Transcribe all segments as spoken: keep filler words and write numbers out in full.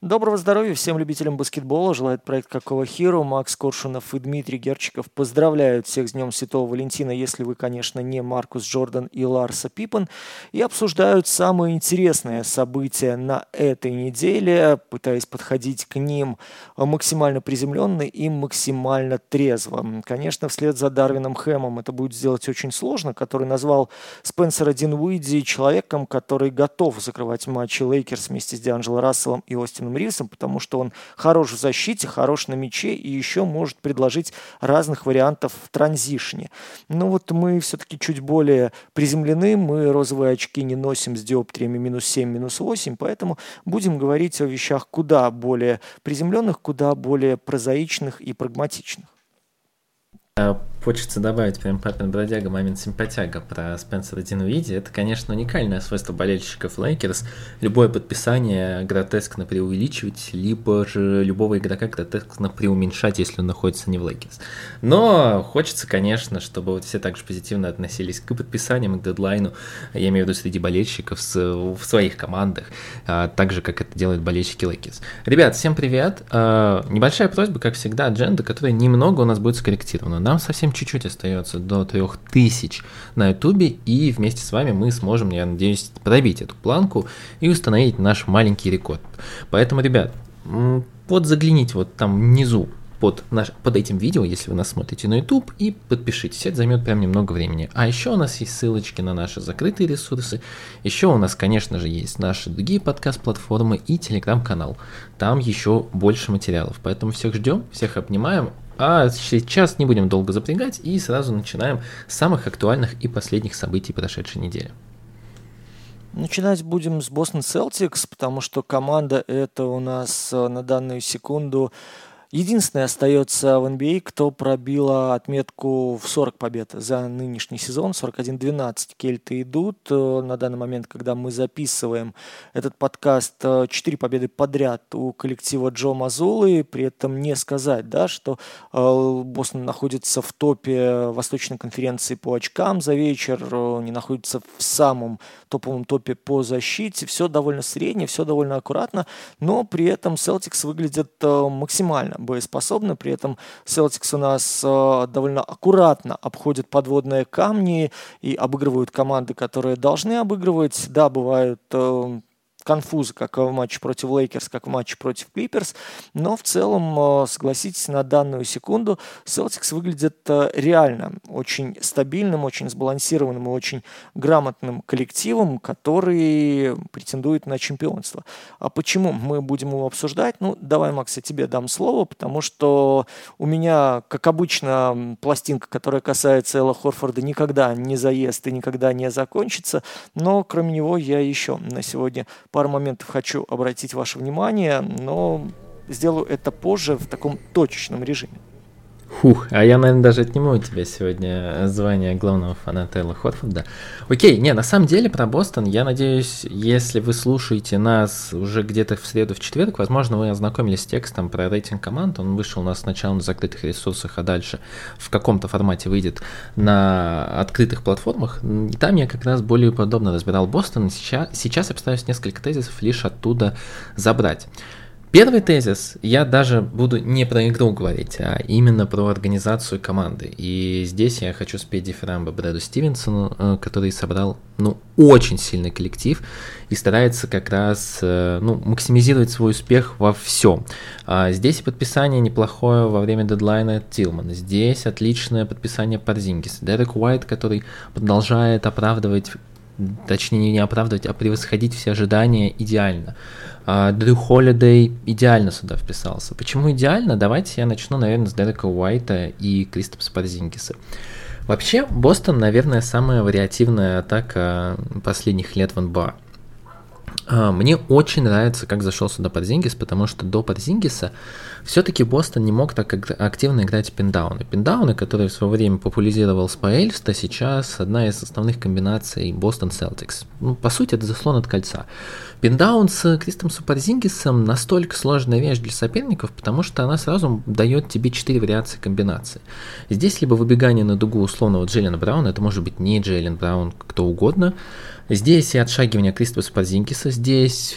Доброго здоровья всем любителям баскетбола. Желает проект Какого Hero. Макс Коршунов и Дмитрий Герчиков поздравляют всех с Днем Святого Валентина, если вы, конечно, не Маркус Джордан и Ларса Пиппен, и обсуждают самые интересные события на этой неделе, пытаясь подходить к ним максимально приземленно и максимально трезво. Конечно, вслед за Дарвином Хэмом это будет сделать очень сложно, который назвал Спенсера Динуиди человеком, который готов закрывать матчи Лейкерс вместе с Дианджело Расселом и Остином Ривзом, потому что он хорош в защите, хорош на мяче и еще может предложить разных вариантов в транзишне. Но вот мы все-таки чуть более приземлены, мы розовые очки не носим с диоптриями минус семь, минус восемь, поэтому будем говорить о вещах куда более приземленных, куда более прозаичных и прагматичных. Хочется добавить прям папин бродяга, мамин симпатяга про Спенсера Динуиди. Это, конечно, уникальное свойство болельщиков Лейкерс. Любое подписание гротескно преувеличивать, либо же любого игрока гротескно преуменьшать, если он находится не в Лейкерс. Но хочется, конечно, чтобы вот все так же позитивно относились к подписаниям, к дедлайну, я имею в виду среди болельщиков в своих командах, так же, как это делают болельщики Лейкерс. Ребят, всем привет. Небольшая просьба, как всегда, адженда, которая немного у нас будет скорректирована. Нам совсем чуть-чуть остается до трех тысяч на ютубе, и вместе с вами мы сможем, я надеюсь, пробить эту планку и установить наш маленький рекорд. Поэтому, ребят, вот загляните вот там внизу под, наш, под этим видео, если вы нас смотрите на YouTube, и подпишитесь, это займет прям немного времени. А еще у нас есть ссылочки на наши закрытые ресурсы, еще у нас, конечно же, есть наши другие подкаст-платформы и телеграм-канал, там еще больше материалов, поэтому всех ждем, всех обнимаем. А сейчас не будем долго запрягать и сразу начинаем с самых актуальных и последних событий прошедшей недели. Начинать будем с Boston Celtics, потому что команда эта у нас на данную секунду единственная остается в эн би эй, кто пробила отметку в сорок побед за нынешний сезон. сорок один двенадцать кельты идут. На данный момент, когда мы записываем этот подкаст, четыре победы подряд у коллектива Джо Мазулы. При этом не сказать, да, что Бостон находится в топе Восточной конференции по очкам за вечер, не находится в самом топовом топе по защите. Все довольно среднее, все довольно аккуратно, но при этом Celtics выглядят максимально боеспособны. При этом Celtics у нас э, довольно аккуратно обходят подводные камни и обыгрывают команды, которые должны обыгрывать. Да, бывают э, конфузы, как в матче против Лейкерс, как в матче против Клиперс, но в целом, согласитесь, на данную секунду Celtics выглядит реально очень стабильным, очень сбалансированным и очень грамотным коллективом, который претендует на чемпионство. А почему мы будем его обсуждать? Ну, давай, Макс, я тебе дам слово, потому что у меня, как обычно, пластинка, которая касается Элла Хорфорда, никогда не заест и никогда не закончится, но кроме него я еще на сегодня пару моментов хочу обратить ваше внимание, но сделаю это позже в таком точечном режиме. Фух, а я, наверное, даже отниму у тебя сегодня звание главного фаната Элла Хорфорда. Окей, не, на самом деле про Бостон, я надеюсь, если вы слушаете нас уже где-то в среду, в четверг, возможно, вы ознакомились с текстом про рейтинг команд, он вышел у нас сначала на закрытых ресурсах, а дальше в каком-то формате выйдет на открытых платформах, и там я как раз более подробно разбирал Бостон, сейчас, сейчас я постараюсь несколько тезисов лишь оттуда забрать. Первый тезис, я даже буду не про игру говорить, а именно про организацию команды. И здесь я хочу спеть дифирамбы Брэду Стивенсону, который собрал, ну, очень сильный коллектив и старается как раз, ну, максимизировать свой успех во всем. А здесь и подписание неплохое во время дедлайна Тилмана. Здесь отличное подписание Порзингиса. Дерек Уайт, который продолжает оправдывать, точнее не оправдывать, а превосходить все ожидания идеально. Дрю Холидей идеально сюда вписался. Почему идеально? Давайте я начну, наверное, с Дерека Уайта и Кристопса Порзингиса. Вообще, Бостон, наверное, самая вариативная атака последних лет в эн би эй. Мне очень нравится, как зашел сюда Порзингис, потому что до Порзингиса все-таки Бостон не мог так активно играть пиндауны. Пиндауны, которые в свое время популяризировал Спаэльста, сейчас одна из основных комбинаций Бостон Celtics. Ну, по сути, это заслон от кольца. Пиндаун с Кристопсом Порзингисом настолько сложная вещь для соперников, потому что она сразу дает тебе четыре вариации комбинации. Здесь либо выбегание на дугу условного Джейлена Брауна, это может быть не Джейлен Браун, кто угодно, Здесь и отшагивание Кристопаса Порзингиса, здесь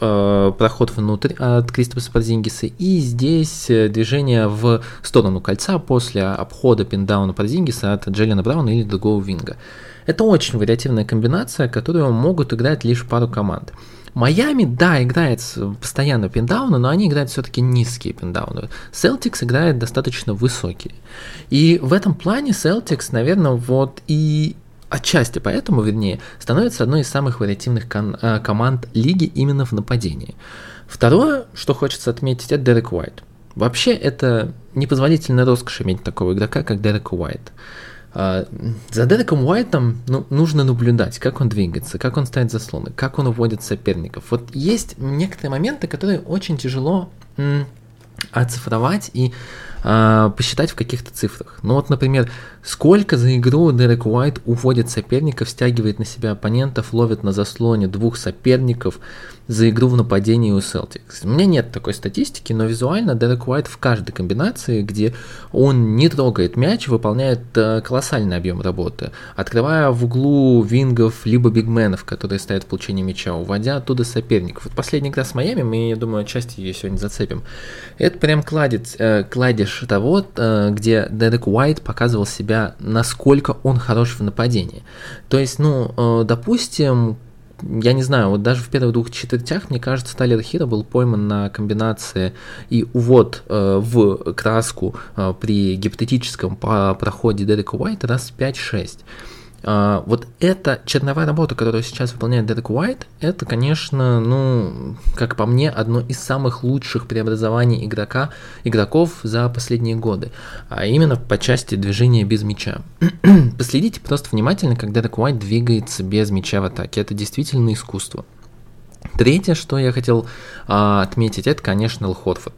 э, проход внутрь от Кристопаса Порзингиса, и здесь движение в сторону кольца после обхода пиндауна Порзингиса от Джейлена Брауна или другого винга. Это очень вариативная комбинация, которую могут играть лишь пару команд. Майами, да, играет постоянно пиндауны, но они играют все-таки низкие пиндауны. Celtics играет достаточно высокие. И в этом плане Celtics, наверное, вот и отчасти поэтому, вернее, становится одной из самых вариативных кон- команд лиги именно в нападении. Второе, что хочется отметить, это Дерек Уайт. Вообще, это непозволительная роскошь иметь такого игрока, как Дерек Уайт. За Дереком Уайтом ну, нужно наблюдать, как он двигается, как он ставит заслоны, как он уводит соперников. Вот есть некоторые моменты, которые очень тяжело м, оцифровать и а, посчитать в каких-то цифрах. Ну вот, например, сколько за игру Дерек Уайт уводит соперников, стягивает на себя оппонентов, ловит на заслоне двух соперников за игру в нападении у Celtics. У меня нет такой статистики, но визуально Дерек Уайт в каждой комбинации, где он не трогает мяч, выполняет колоссальный объем работы, открывая в углу вингов либо бигменов, которые стоят в получении мяча, уводя оттуда соперников. Вот последняя игра с Майами, мы, я думаю, отчасти ее сегодня зацепим. Это прям кладец, э, кладезь того, э, где Дерек Уайт показывал себя, насколько он хорош в нападении. То есть, ну, э, допустим, я не знаю, вот даже в первых двух четвертях, мне кажется, Тайлер Хиро был пойман на комбинации и увод э, в краску э, при гипотетическом по проходе Дерека Уайта раз пять-шесть. Uh, вот эта черновая работа, которую сейчас выполняет Дерек Уайт, это, конечно, ну, как по мне, одно из самых лучших преобразований игрока, игроков за последние годы, а именно по части движения без мяча. Последите просто внимательно, как Дерек Уайт двигается без мяча в атаке, это действительно искусство. Третье, что я хотел uh, отметить, это, конечно, Эл Хорфорд.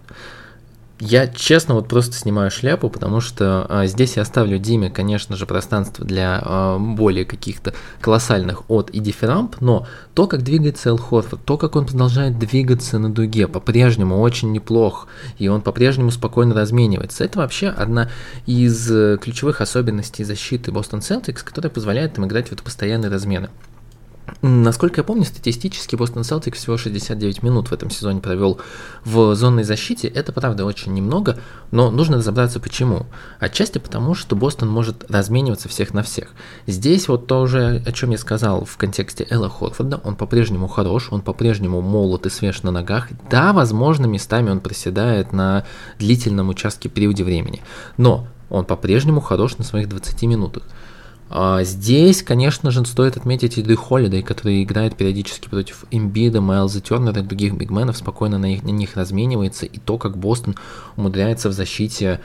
Я, честно, вот просто снимаю шляпу, потому что а, здесь я оставлю Диме, конечно же, пространство для а, более каких-то колоссальных от и дифирамб, но то, как двигается Эл Хорфорд, то, как он продолжает двигаться на дуге, по-прежнему очень неплох, и он по-прежнему спокойно разменивается. Это вообще одна из ключевых особенностей защиты Бостон Селтикс, которая позволяет им играть в это постоянные размены. Насколько я помню, статистически Бостон Селтикс всего шестьдесят девять минут в этом сезоне провел в зонной защите. Это, правда, очень немного, но нужно разобраться почему. Отчасти потому, что Бостон может размениваться всех на всех. Здесь вот то уже, о чем я сказал в контексте Эла Хорфорда, он по-прежнему хорош, он по-прежнему молод и свеж на ногах. Да, возможно, местами он проседает на длительном участке периоде времени, но он по-прежнему хорош на своих двадцати минутах. Здесь, конечно же, стоит отметить и Дрю Холидей, который играет периодически против Эмбида, Майлза Тернера и других бигменов, спокойно на, их, на них разменивается, и то, как Бостон умудряется в защите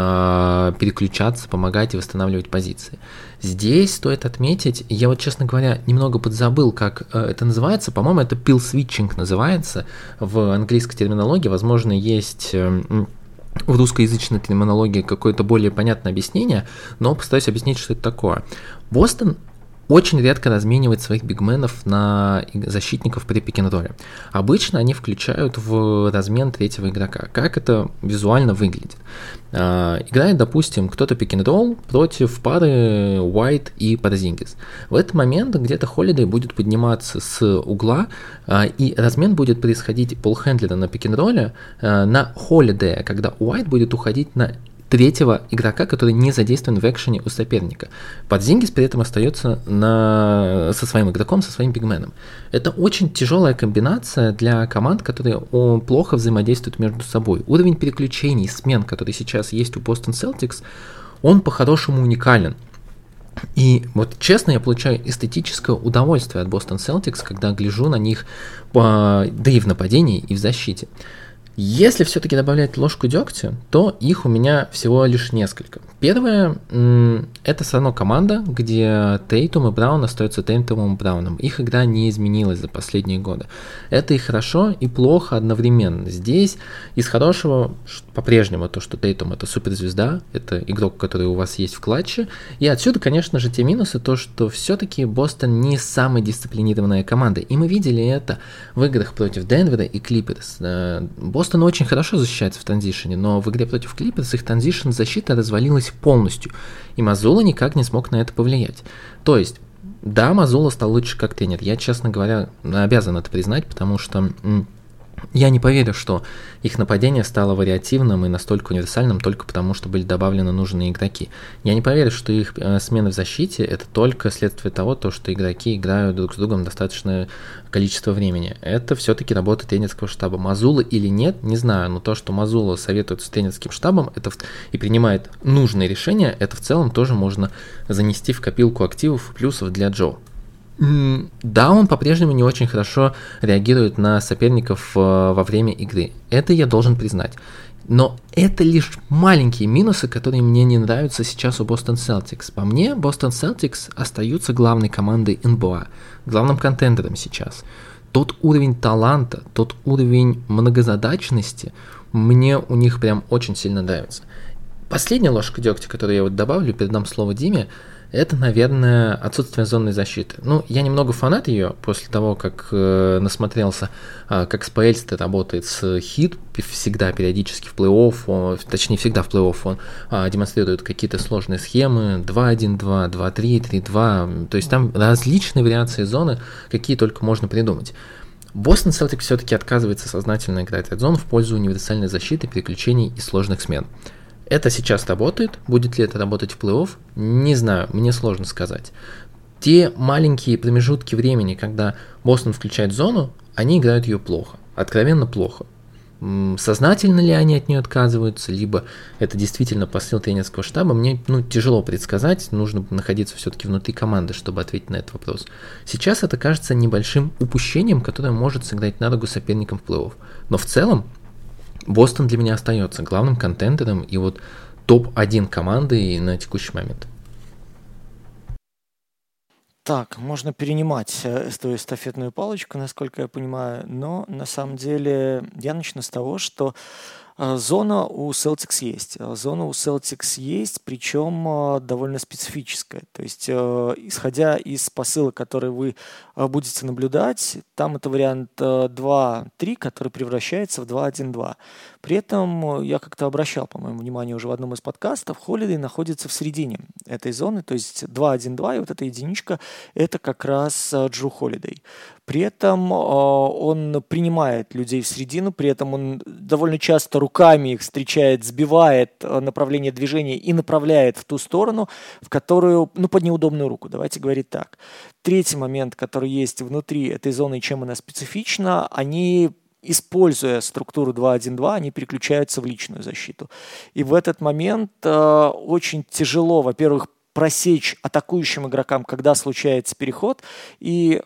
э, переключаться, помогать и восстанавливать позиции. Здесь стоит отметить, я вот, честно говоря, немного подзабыл, как э, это называется, по-моему, это pill switching называется в английской терминологии, возможно, есть... Э, в русскоязычной терминологии какое-то более понятное объяснение, но постараюсь объяснить, что это такое. Бостон очень редко разменивает своих бигменов на защитников при пик-н-ролле. Обычно они включают в размен третьего игрока. Как это визуально выглядит? Uh, играет, допустим, кто-то пик-н-ролл против пары Уайт и Порзингис. В этот момент где-то Холидей будет подниматься с угла, uh, и размен будет происходить полхендлера на пик-н-ролле uh, на Холидея, когда Уайт будет уходить на третьего игрока, который не задействован в экшене у соперника. Порзингис при этом остается на... со своим игроком, со своим бигменом. Это очень тяжелая комбинация для команд, которые плохо взаимодействуют между собой. Уровень переключений, смен, который сейчас есть у Boston Celtics, он по-хорошему уникален. И вот честно, я получаю эстетическое удовольствие от Boston Celtics, когда гляжу на них, по... да и в нападении, и в защите. Если все-таки добавлять ложку дегтя, то их у меня всего лишь несколько. Первое, это все равно команда, где Тейтум и Браун остаются Тейтумом и Брауном. Их игра не изменилась за последние годы. Это и хорошо, и плохо одновременно. Здесь из хорошего по-прежнему то, что Тейтум это суперзвезда, это игрок, который у вас есть в клатче. И отсюда, конечно же, те минусы, то, что все-таки Бостон не самая дисциплинированная команда. И мы видели это в играх против Денвера и Клиперс. Бостон Бостон очень хорошо защищается в транзишене, но в игре против Клиперс их транзишн защита развалилась полностью, и Мазула никак не смог на это повлиять. То есть, Да, Мазула стал лучше как тренер. Я, честно говоря, обязан это признать, потому что я не поверю, что их нападение стало вариативным и настолько универсальным только потому, что были добавлены нужные игроки. Я не поверю, что их э, смены в защите – это только следствие того, то, что игроки играют друг с другом достаточное количество времени. Это все-таки работа тренерского штаба. Мазула или нет, не знаю, но то, что Мазула советует с тренерским штабом это в... и принимает нужные решения, это в целом тоже можно занести в копилку активов и плюсов для Джо. Да, он по-прежнему не очень хорошо реагирует на соперников во время игры. Это я должен признать. Но это лишь маленькие минусы, которые мне не нравятся сейчас у Boston Celtics. По мне, Boston Celtics остаются главной командой эн бэ а, главным контендером сейчас. Тот уровень таланта, тот уровень многозадачности мне у них прям очень сильно нравится. Последняя ложка дегтя, которую я вот добавлю, передам слово Диме, это, наверное, отсутствие зонной защиты. Ну, я немного фанат ее после того, как э, насмотрелся, э, как Споэльстед работает с Хит, всегда периодически в плей-офф, он, точнее, всегда в плей-офф он э, демонстрирует какие-то сложные схемы, два один два, два три, три два, то есть там различные вариации зоны, какие только можно придумать. Бостон Селтик все-таки отказывается сознательно играть от зон в пользу универсальной защиты, переключений и сложных смен. Это сейчас работает, будет ли это работать в плей-офф, не знаю, мне сложно сказать. Те маленькие промежутки времени, когда Бостон включает зону, они играют ее плохо, откровенно плохо. Сознательно ли они от нее отказываются, либо это действительно посыл тренерского штаба, мне ну, тяжело предсказать, нужно находиться все-таки внутри команды, чтобы ответить на этот вопрос. Сейчас это кажется небольшим упущением, которое может сыграть на руку соперникам в плей-офф. Но в целом, Бостон для меня остается главным контендером и вот топ один командой на текущий момент. Так, можно перенимать эту эстафетную палочку, насколько я понимаю, но на самом деле я начну с того, что зона у Celtics есть. Зона у Celtics есть, причем довольно специфическая. То есть, исходя из посыла, который вы будете наблюдать, там это вариант два три, который превращается в два один два. При этом я как-то обращал, по-моему, внимание уже в одном из подкастов, Холидей находится в середине этой зоны, то есть два один два, и вот эта единичка – это как раз Джру Холидей. При этом он принимает людей в середину, при этом он довольно часто руками их встречает, сбивает направление движения и направляет в ту сторону, в которую, ну, под неудобную руку, давайте говорить так. Третий момент, который есть внутри этой зоны, чем она специфична, они, используя структуру два один два, они переключаются в личную защиту. И в этот момент э, очень тяжело, во-первых, просечь атакующим игрокам, когда случается переход, и,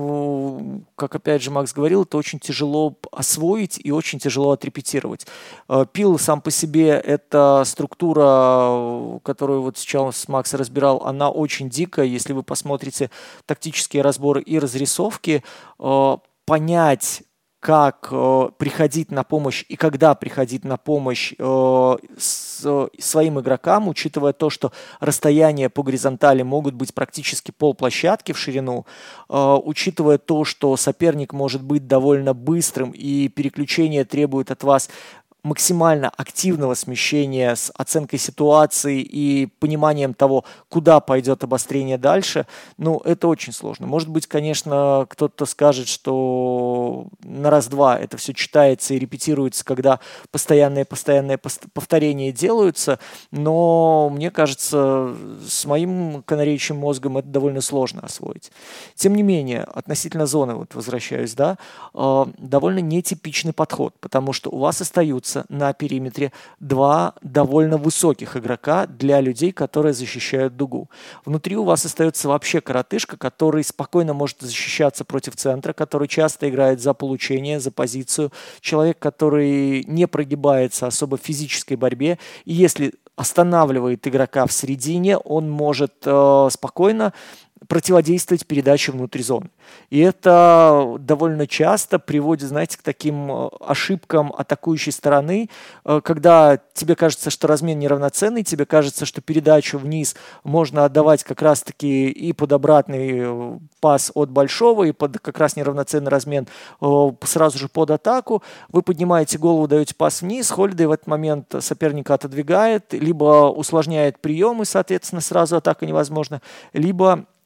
как опять же Макс говорил, это очень тяжело освоить и очень тяжело отрепетировать. Пил сам по себе, это структура, которую вот сейчас Макс разбирал, она очень дикая. Если вы посмотрите тактические разборы и разрисовки, понять, как э, приходить на помощь и когда приходить на помощь э, с, э, своим игрокам, учитывая то, что расстояния по горизонтали могут быть практически полплощадки в ширину, э, учитывая то, что соперник может быть довольно быстрым и переключение требует от вас максимально активного смещения с оценкой ситуации и пониманием того, куда пойдет обострение дальше, ну, это очень сложно. Может быть, конечно, кто-то скажет, что на раз-два это все читается и репетируется, когда постоянные-постоянные повторения делаются, но мне кажется, с моим канареечьим мозгом это довольно сложно освоить. Тем не менее, относительно зоны, вот возвращаюсь, да, довольно нетипичный подход, потому что у вас остаются на периметре два довольно высоких игрока для людей, которые защищают дугу. Внутри у вас остается вообще коротышка, который спокойно может защищаться против центра, который часто играет за получение, за позицию. Человек, который не прогибается особо в физической борьбе. И если останавливает игрока в середине, он может э, спокойно противодействовать передаче внутри зоны. И это довольно часто приводит, знаете, к таким ошибкам атакующей стороны, когда тебе кажется, что размен неравноценный, тебе кажется, что передачу вниз можно отдавать как раз-таки и под обратный пас от большого, и под как раз неравноценный размен сразу же под атаку. Вы поднимаете голову, даете пас вниз, Холидей в этот момент соперника отодвигает, либо усложняет прием, и, соответственно, сразу атака невозможна, либо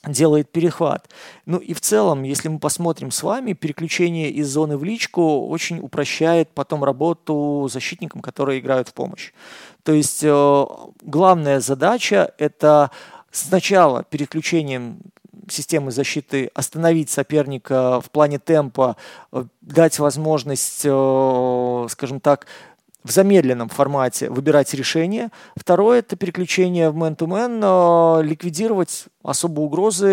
делает перехват. Ну и в целом, если мы посмотрим с вами, переключение из зоны в личку очень упрощает потом работу защитникам, которые играют в помощь. То есть э, главная задача – это сначала переключением системы защиты остановить соперника в плане темпа, э, дать возможность, э, скажем так, в замедленном формате выбирать решение. Второе – это переключение в мэн-ту-мэн, э, ликвидировать особо угрозы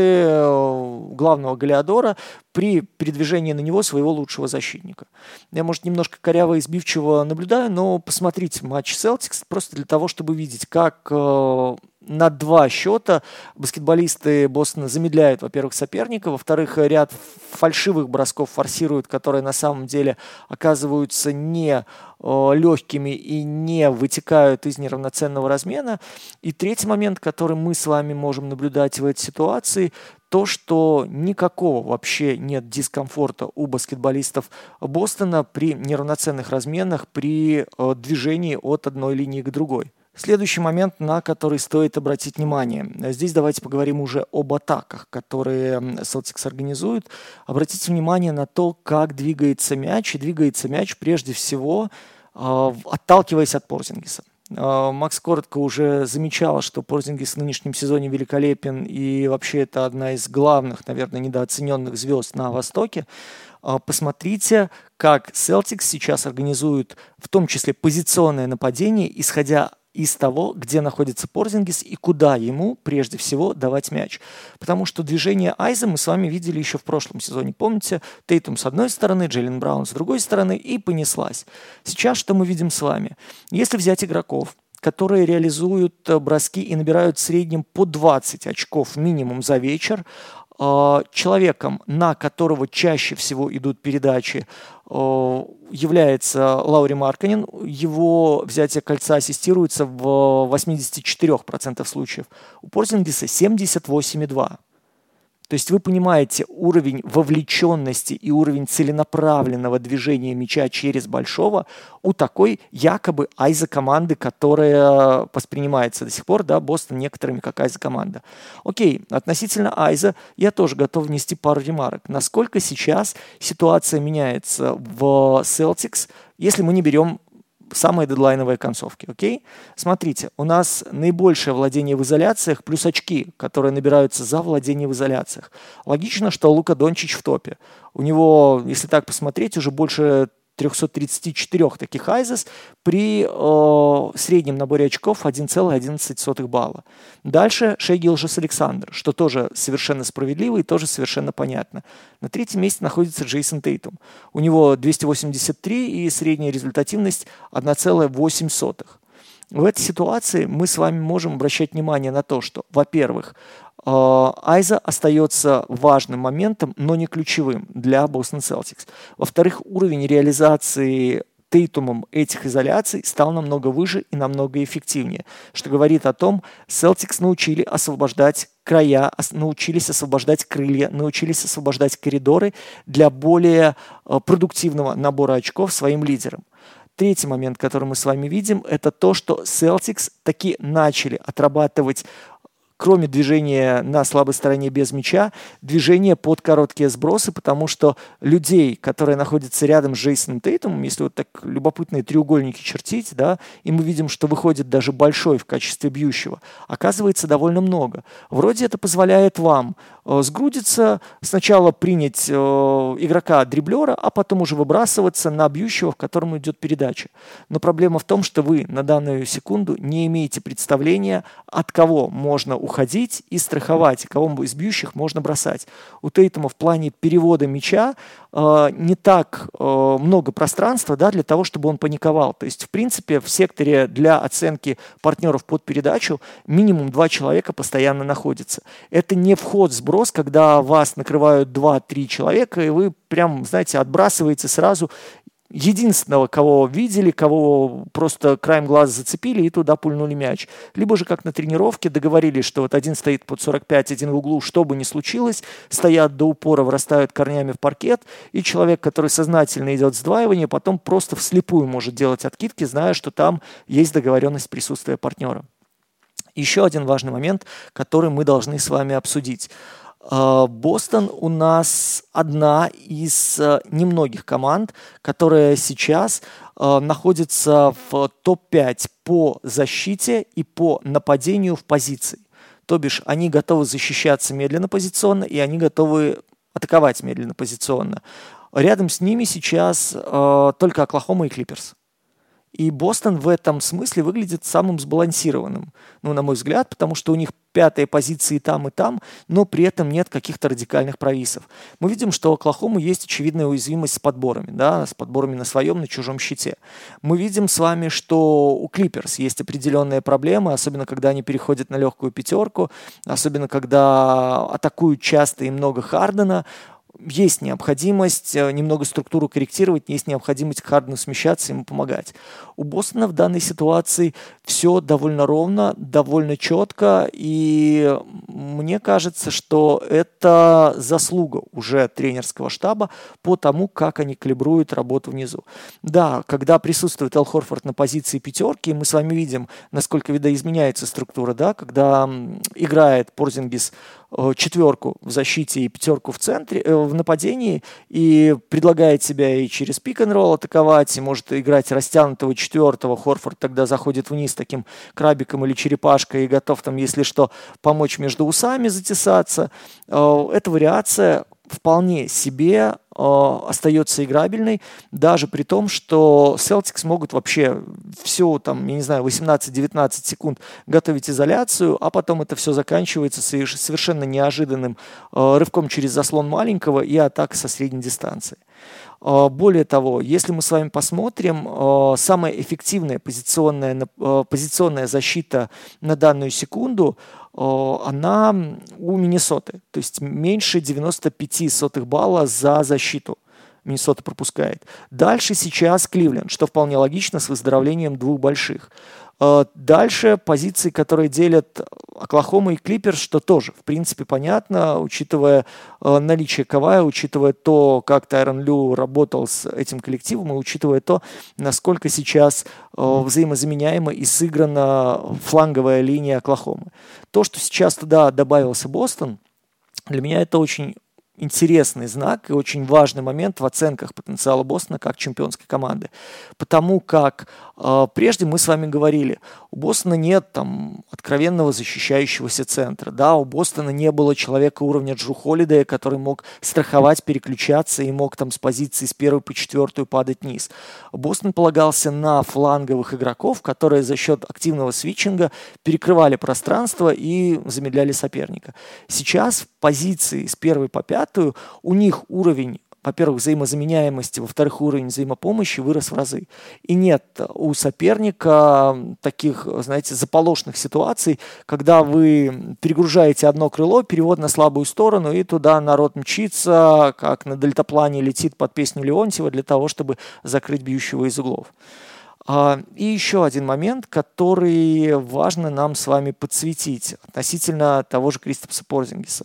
э, главного Голиадора при передвижении на него своего лучшего защитника. Я, может, немножко коряво и сбивчиво наблюдаю, но посмотрите матч Celtics просто для того, чтобы видеть, как э, на два счета баскетболисты Бостона замедляют, во-первых, соперника, во-вторых, ряд фальшивых бросков форсируют, которые на самом деле оказываются не легкими и не вытекают из неравноценного размена. И третий момент, который мы с вами можем наблюдать в этой ситуации, то, что никакого вообще нет дискомфорта у баскетболистов Бостона при неравноценных разменах, при движении от одной линии к другой. Следующий момент, на который стоит обратить внимание. Здесь давайте поговорим уже об атаках, которые Celtics организуют. Обратите внимание на то, как двигается мяч. И двигается мяч прежде всего, э, отталкиваясь от Порзингиса. Э, Макс коротко уже замечал, что Порзингис в нынешнем сезоне великолепен. И вообще это одна из главных, наверное, недооцененных звезд на Востоке. Э, посмотрите, как Celtics сейчас организуют в том числе позиционное нападение, исходя из того, где находится Порзингис и куда ему прежде всего давать мяч. Потому что движение Айза мы с вами видели еще в прошлом сезоне. Помните, Тейтум с одной стороны, Джейлен Браун с другой стороны, и понеслась. Сейчас что мы видим с вами? Если взять игроков, которые реализуют броски и набирают в среднем по двадцать очков минимум за вечер, человеком, на которого чаще всего идут передачи, является Лаури Маркканен. Его взятие кольца ассистируется в восемьдесят четыре процента случаев. У Порзингиса семьдесят восемь целых два процента. То есть вы понимаете уровень вовлеченности и уровень целенаправленного движения мяча через большого у такой якобы айза-команды, которая воспринимается до сих пор, да, Бостон некоторыми как айза-команда. Окей, относительно айза я тоже готов внести пару ремарок. Насколько сейчас ситуация меняется в Celtics, если мы не берем самые дедлайновые концовки, окей? Смотрите, у нас наибольшее владение в изоляциях плюс очки, которые набираются за владение в изоляциях. Логично, что Лука Дончич в топе. У него, если так посмотреть, уже больше триста тридцать четыре таких айзес при э, среднем наборе очков один целых одиннадцать сотых балла. Дальше Шей Гилжес-Александр, что тоже совершенно справедливо и тоже совершенно понятно. На третьем месте находится Джейсон Тейтум. У него двести восемьдесят три и средняя результативность один целых восемь сотых. В этой ситуации мы с вами можем обращать внимание на то, что, во-первых, айза остается важным моментом, но не ключевым для Boston Celtics. Во-вторых, уровень реализации Тейтумом этих изоляций стал намного выше и намного эффективнее, что говорит о том, Celtics научили освобождать края, научились освобождать крылья, научились освобождать коридоры для более продуктивного набора очков своим лидерам. Третий момент, который мы с вами видим, это то, что Celtics таки начали отрабатывать, кроме движения на слабой стороне без мяча, движение под короткие сбросы, потому что людей, которые находятся рядом с Джейсоном Тейтумом, если вот так любопытные треугольники чертить, да, и мы видим, что выходит даже большой в качестве бьющего, оказывается довольно много. Вроде это позволяет вам э, сгрудиться, сначала принять э, игрока-дриблера, а потом уже выбрасываться на бьющего, в котором идет передача. Но проблема в том, что вы на данную секунду не имеете представления, от кого можно уходить, уходить и страховать, кого из бьющих можно бросать. У Тейтума в плане перевода мяча э, не так э, много пространства, да, для того, чтобы он паниковал. То есть, в принципе, в секторе для оценки партнеров под передачу минимум два человека постоянно находятся. Это не вход-сброс, когда вас накрывают два-три человека, и вы прям, знаете, отбрасываете сразу единственного, кого видели, кого просто краем глаза зацепили и туда пульнули мяч. Либо же, как на тренировке, договорились, что вот один стоит под сорок пять, один в углу, что бы ни случилось, стоят до упора, врастают корнями в паркет, и человек, который сознательно идет сдваивание, потом просто вслепую может делать откидки, зная, что там есть договоренность присутствия партнера. Еще один важный момент, который мы должны с вами обсудить. Бостон у нас одна из немногих команд, которая сейчас находится в топ пять по защите и по нападению в позиции. То бишь они готовы защищаться медленно позиционно, и они готовы атаковать медленно позиционно. Рядом с ними сейчас э, только Оклахома и Клиперс. И Бостон в этом смысле выглядит самым сбалансированным, ну, на мой взгляд, потому что у них пятые позиции там и там, но при этом нет каких-то радикальных провисов. Мы видим, что у Оклахомы есть очевидная уязвимость с подборами, да, с подборами на своем, на чужом щите. Мы видим с вами, что у Клиперс есть определенные проблемы, особенно когда они переходят на легкую пятерку, особенно когда атакуют часто и много Хардена. Есть необходимость немного структуру корректировать, есть необходимость к Хардену смещаться, ему помогать. У Бостона в данной ситуации все довольно ровно, довольно четко, и мне кажется, что это заслуга уже тренерского штаба по тому, как они калибруют работу внизу. Да, когда присутствует Эл Хорфорд на позиции пятерки, мы с вами видим, насколько видоизменяется структура, да, когда играет Порзингис четверку в защите и пятерку в центре, в нападении, и предлагает себя и через пик-н-ролл атаковать, и может играть растянутого четвертого. Хорфорд тогда заходит вниз таким крабиком или черепашкой и готов там, если что, помочь между усами затесаться. Эта вариация вполне себе э, остается играбельной, даже при том, что Celtics могут вообще все, там, я не знаю, восемнадцать-девятнадцать секунд готовить изоляцию, а потом это все заканчивается совершенно неожиданным э, рывком через заслон маленького и атакой со средней дистанции. Э, более того, если мы с вами посмотрим, э, самая эффективная позиционная, э, позиционная защита на данную секунду она у Миннесоты, то есть меньше девяносто пять сотых балла за защиту Миннесота пропускает. Дальше сейчас Кливленд, что вполне логично с выздоровлением двух больших. Дальше позиции, которые делят Оклахома и Клиперс, что тоже, в принципе, понятно, учитывая наличие Кавая, учитывая то, как Тайрон Лю работал с этим коллективом, и учитывая то, насколько сейчас взаимозаменяема и сыграна фланговая линия Оклахомы. То, что сейчас туда добавился Бостон, для меня это очень интересный знак и очень важный момент в оценках потенциала Бостона как чемпионской команды. Потому как э, прежде мы с вами говорили, у Бостона нет там откровенного защищающегося центра, да, у Бостона не было человека уровня Джру Холидея, который мог страховать, переключаться и мог там с позиции с первой по четвертую падать вниз. Бостон полагался на фланговых игроков, которые за счет активного свитчинга перекрывали пространство и замедляли соперника. Сейчас в позиции с первой по пятой у них уровень, во-первых, взаимозаменяемости, во-вторых, уровень взаимопомощи вырос в разы. И нет у соперника таких, знаете, заполошных ситуаций, когда вы перегружаете одно крыло, перевод на слабую сторону, и туда народ мчится, как на дельтаплане летит под песню Леонтьева для того, чтобы закрыть бьющего из углов. И еще один момент, который важно нам с вами подсветить относительно того же Кристопса Порзингиса.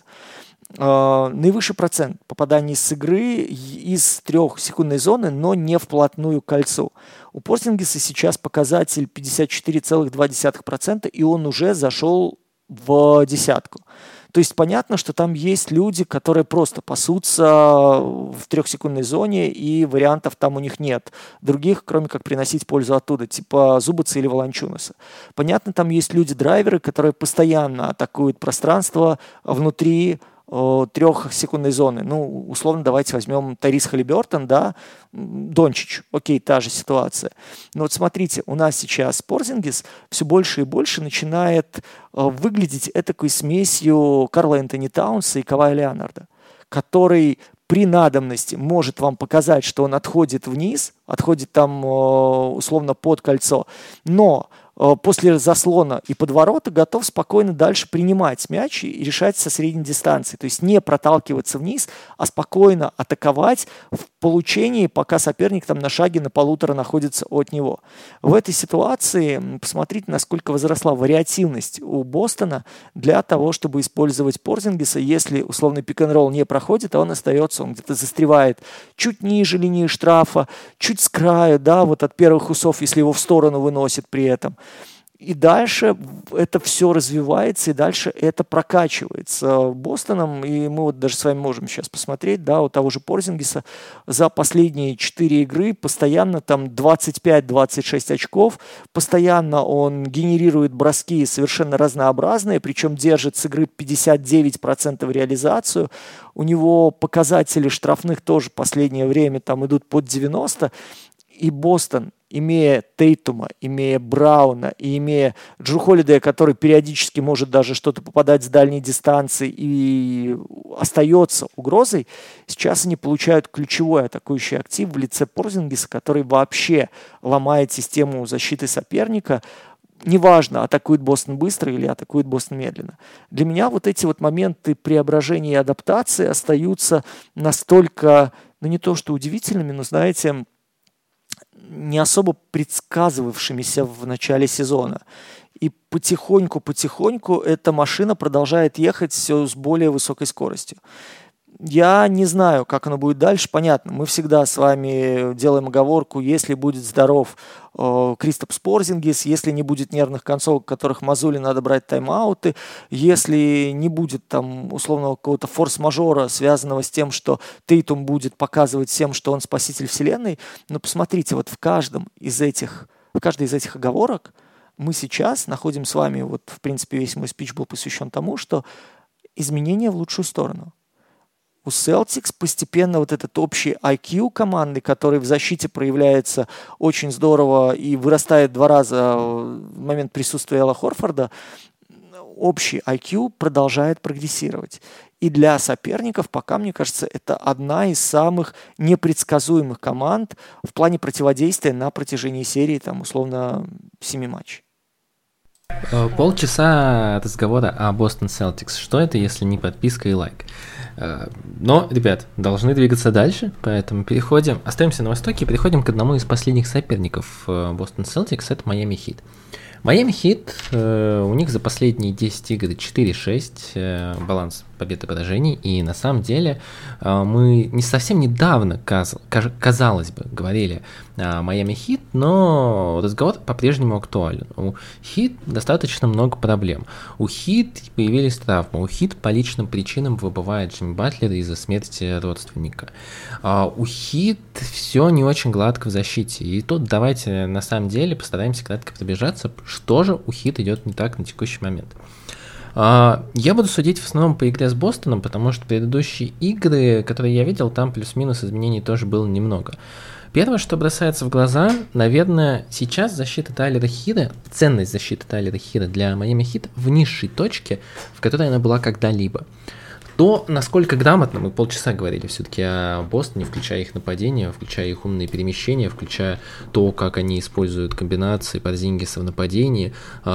Uh, наивысший процент попаданий с игры из трехсекундной зоны, но не вплотную к кольцу. У Порзингиса сейчас показатель пятьдесят четыре целых два десятых процента, и он уже зашел в десятку. То есть понятно, что там есть люди, которые просто пасутся в трехсекундной зоне, и вариантов там у них нет. Других, кроме как приносить пользу оттуда, типа Зубаца или Волончунаса. Понятно, там есть люди-драйверы, которые постоянно атакуют пространство внутри трехсекундной зоны. Ну, условно, давайте возьмем Тарис Халибертон, да, Дончич, окей, та же ситуация. Но вот смотрите, у нас сейчас Порзингис все больше и больше начинает выглядеть этакой смесью Карла Энтони Таунса и Кавая Леонарда, который при надобности может вам показать, что он отходит вниз, отходит там условно под кольцо, но после заслона и подворота готов спокойно дальше принимать мяч и решать со средней дистанции. То есть не проталкиваться вниз, а спокойно атаковать в получении, пока соперник там на шаге на полутора находится от него. В этой ситуации посмотрите, насколько возросла вариативность у Бостона для того, чтобы использовать Порзингиса. Если условный пик-н-ролл не проходит, а он остается, он где-то застревает чуть ниже линии штрафа, чуть с краю, да, вот от первых усов, если его в сторону выносит при этом. И дальше это все развивается, и дальше это прокачивается Бостоном. И мы вот даже с вами можем сейчас посмотреть, да, у того же Порзингиса за последние четыре игры постоянно там двадцать пять - двадцать шесть очков, постоянно он генерирует броски совершенно разнообразные, причем держит с игры пятьдесят девять процентов реализацию. У него показатели штрафных тоже в последнее время там идут под девяносто. И Бостон, имея Тейтума, имея Брауна и имея Джру Холидея, который периодически может даже что-то попадать с дальней дистанции и остается угрозой, сейчас они получают ключевой атакующий актив в лице Порзингиса, который вообще ломает систему защиты соперника. Неважно, атакует Бостон быстро или атакует Бостон медленно. Для меня вот эти вот моменты преображения и адаптации остаются настолько, ну не то что удивительными, но, знаете, не особо предсказывавшимися в начале сезона. И потихоньку-потихоньку эта машина продолжает ехать все с более высокой скоростью. Я не знаю, как оно будет дальше. Понятно, мы всегда с вами делаем оговорку, если будет здоров э, Кристопс Порзингис, если не будет нервных концовок, в которых Мазуле надо брать тайм-ауты, если не будет там условного какого-то форс-мажора, связанного с тем, что Тейтум будет показывать всем, что он спаситель вселенной. Но посмотрите, вот в каждом из этих, в каждой из этих оговорок мы сейчас находим с вами, вот в принципе весь мой спич был посвящен тому, что изменения в лучшую сторону. У Celtics постепенно вот этот общий ай кью команды, который в защите проявляется очень здорово и вырастает два раза в момент присутствия Эла Хорфорда, общий ай кью продолжает прогрессировать. И для соперников пока, мне кажется, это одна из самых непредсказуемых команд в плане противодействия на протяжении серии, там, условно, семи матчей. Полчаса разговора о Бостон Celtics. Что это, если не подписка и лайк? Но, ребят, должны двигаться дальше, поэтому переходим, остаемся на востоке и переходим к одному из последних соперников Бостон Celtics, это Майами Хит. Майами Хит, у них за последние десять игр четыре шесть, баланс побед и поражений, и на самом деле мы не совсем недавно, казалось бы, говорили о Майами Хит, но разговор по-прежнему актуален. У Хит достаточно много проблем. У Хит появились травмы, у Хит по личным причинам выбывает Джимми Батлер из-за смерти родственника. У Хит все не очень гладко в защите, и тут давайте на самом деле постараемся кратко пробежаться, что же у Хит идет не так на текущий момент. Я буду судить в основном по игре с Бостоном, потому что предыдущие игры, которые я видел, там плюс-минус изменений тоже было немного. Первое, что бросается в глаза, наверное, сейчас защита Тайлера Хиро, ценность защиты Тайлера Хиро для Майами Хит в низшей точке, в которой она была когда-либо. То, насколько грамотно, мы полчаса говорили все-таки о Бостоне, включая их нападения, включая их умные перемещения, включая то, как они используют комбинации Порзингиса в нападении.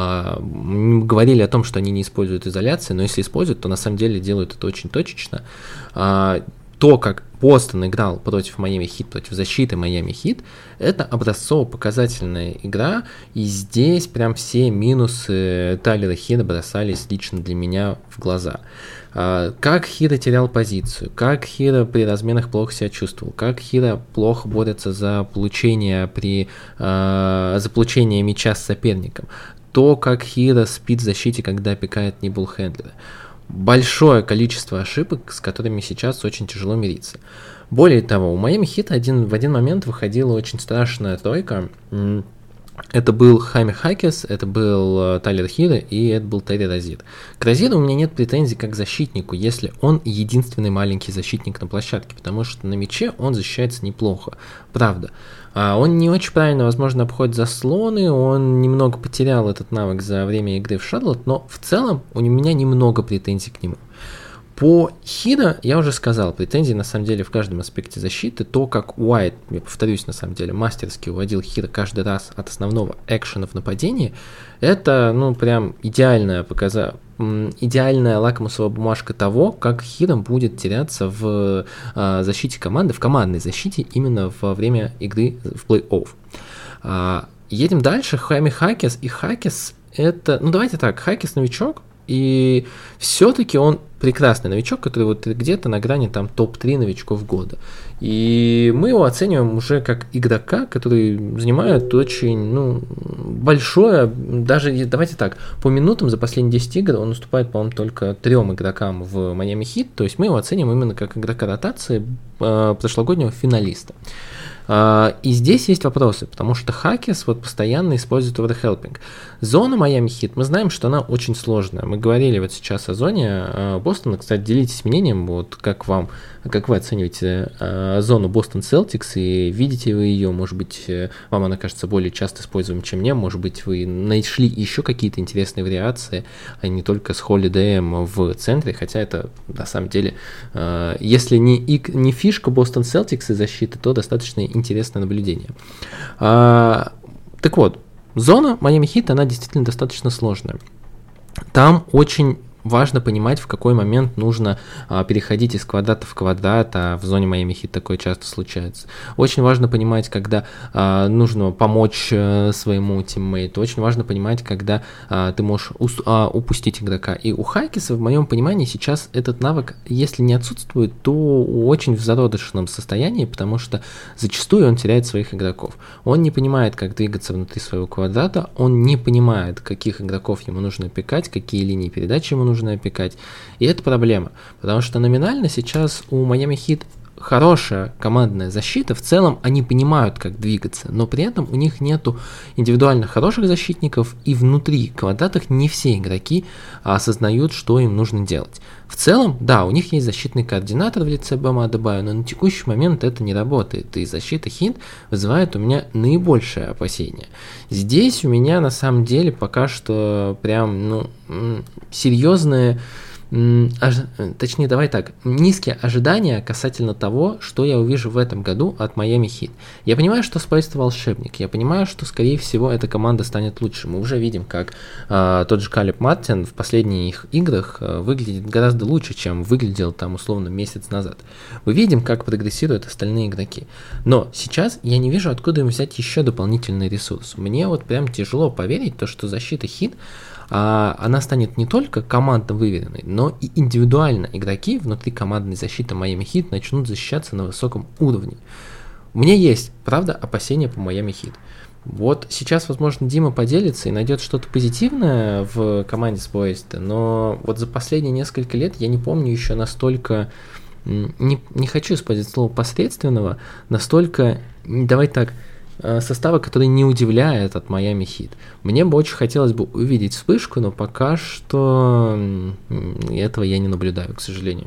Мы говорили о том, что они не используют изоляции, но если используют, то на самом деле делают это очень точечно. То, как Бостон играл против Майами Хит, против защиты Майами Хит, это образцово-показательная игра, и здесь прям все минусы Тайлера Хиро бросались лично для меня в глаза. Как Хиро терял позицию, как Хиро при разменах плохо себя чувствовал, как Хиро плохо борется за получение, при, за получение мяча с соперником, то, как Хиро спит в защите, когда пикает нибл-хендлера. Большое количество ошибок, с которыми сейчас очень тяжело мириться. Более того, у Майами Хит один, в один момент выходила очень страшная тройка. Это был Хайме Хакес, это был Тайлер Хиро и это был Терри Розир. К Розиру у меня нет претензий как к защитнику, если он единственный маленький защитник на площадке, потому что на мяче он защищается неплохо, правда. Он не очень правильно, возможно, обходит заслоны, он немного потерял этот навык за время игры в Шарлотт, но в целом у меня немного претензий к нему. По Хиро я уже сказал, претензии на самом деле в каждом аспекте защиты. То, как Уайт, я повторюсь, на самом деле, мастерски уводил Хиро каждый раз от основного экшена в нападении, это, ну, прям идеальная показа... идеальная лакмусовая бумажка того, как Хиро будет теряться в а, защите команды, в командной защите именно во время игры в плей-офф. А, едем дальше. Хайме Хакес. И Хакес это... Ну, давайте так, Хакес новичок, и все-таки он прекрасный новичок, который вот где-то на грани там топ три новичков года. И мы его оцениваем уже как игрока, который занимает очень, ну, большое, даже давайте так, по минутам за последние десять игр он уступает, по-моему, только трем игрокам в Miami Heat, то есть мы его оценим именно как игрока ротации э, прошлогоднего финалиста. Uh, и здесь есть вопросы, потому что Хакис вот постоянно использует overhelping. Зона Miami Heat, мы знаем, что она очень сложная. Мы говорили вот сейчас о зоне uh, Бостона. Кстати, делитесь мнением, вот как вам, как вы оцениваете uh, зону Бостон Celtics и видите вы ее, может быть, вам она кажется более часто используемой, чем мне, может быть, вы нашли еще какие-то интересные вариации, а не только с Холидеем в центре, хотя это на самом деле, uh, если не, не фишка Бостон Celtics и защиты, то достаточно интересное наблюдение. А, так вот, зона Miami Heat, она действительно достаточно сложная. Там очень важно понимать, в какой момент нужно а, переходить из квадрата в квадрат, а в зоне Miami Heat такое часто случается. Очень важно понимать, когда а, нужно помочь а, своему тиммейту. Очень важно понимать, когда а, ты можешь ус- а, упустить игрока. И у Хакиса, в моем понимании, сейчас этот навык, если не отсутствует, то очень в зародышном состоянии, потому что зачастую он теряет своих игроков. Он не понимает, как двигаться внутри своего квадрата, он не понимает, каких игроков ему нужно пикать, какие линии передачи ему нужно нужно опекать. И это проблема, потому что номинально сейчас у Miami Heat хорошая командная защита, в целом они понимают, как двигаться, но при этом у них нету индивидуально хороших защитников, и внутри квадратах не все игроки осознают, что им нужно делать. В целом, да, у них есть защитный координатор в лице Бама Адебайо, но на текущий момент это не работает, и защита Хит вызывает у меня наибольшее опасение. Здесь у меня на самом деле пока что прям, ну, серьезные, точнее, давай так, низкие ожидания касательно того, что я увижу в этом году от Miami Heat. Я понимаю, что Спайс волшебник, я понимаю, что, скорее всего, эта команда станет лучше. Мы уже видим, как э, тот же Калеб Мартин в последних играх э, выглядит гораздо лучше, чем выглядел там условно месяц назад. Мы видим, как прогрессируют остальные игроки. Но сейчас я не вижу, откуда им взять еще дополнительный ресурс. Мне вот прям тяжело поверить, то, что защита Heat, а она станет не только командно выверенной, но и индивидуально игроки внутри командной защиты Miami Heat начнут защищаться на высоком уровне. У меня есть, правда, опасения по Miami Heat. Вот сейчас, возможно, Дима поделится и найдет что-то позитивное в команде Спойста, но вот за последние несколько лет я не помню еще настолько, не, не хочу использовать слово посредственного, настолько, давай так, состава, который не удивляет от Miami Heat. Мне бы очень хотелось бы увидеть вспышку, но пока что этого я не наблюдаю, к сожалению.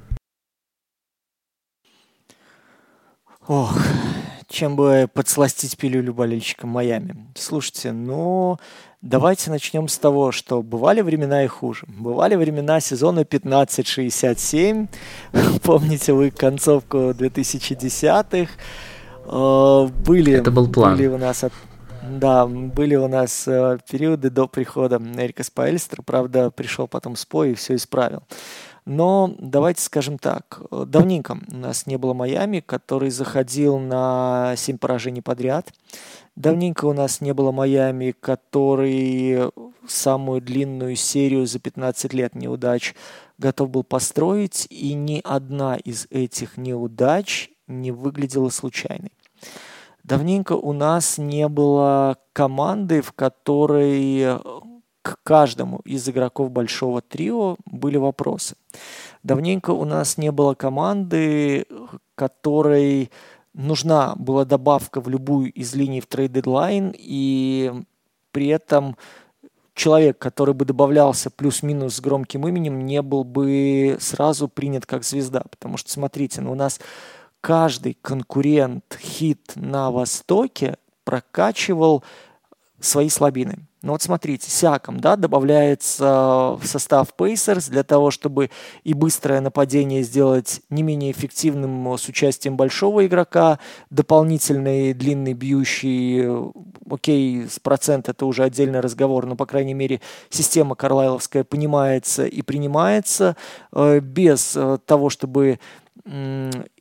Ох, чем бы подсластить пилюлю болельщикам Майами. Слушайте, ну, давайте начнем с того, что бывали времена и хуже. Бывали времена сезона пятнадцать шестьдесят семь. Помните вы концовку двухтысячных? Были, Это был план. Были у нас, да, были у нас э, периоды до прихода Эрика Споэльстера. Правда, пришел потом Спой и все исправил. Но давайте скажем так. Давненько у нас не было Майами, который заходил на семь поражений подряд. Давненько у нас не было Майами, который самую длинную серию за пятнадцать лет неудач готов был построить. И ни одна из этих неудач не выглядела случайной. Давненько у нас не было команды, в которой к каждому из игроков большого трио были вопросы. Давненько у нас не было команды, которой нужна была добавка в любую из линий в трейд-дедлайн, и при этом человек, который бы добавлялся плюс-минус с громким именем, не был бы сразу принят как звезда. Потому что, смотрите, ну у нас каждый конкурент Хит на Востоке прокачивал свои слабины. Ну вот смотрите, Сиакам, да, добавляется в состав Pacers для того, чтобы и быстрое нападение сделать не менее эффективным с участием большого игрока, дополнительный длинный бьющий, окей, с процент это уже отдельный разговор, но, по крайней мере, система карлайловская понимается и принимается без того, чтобы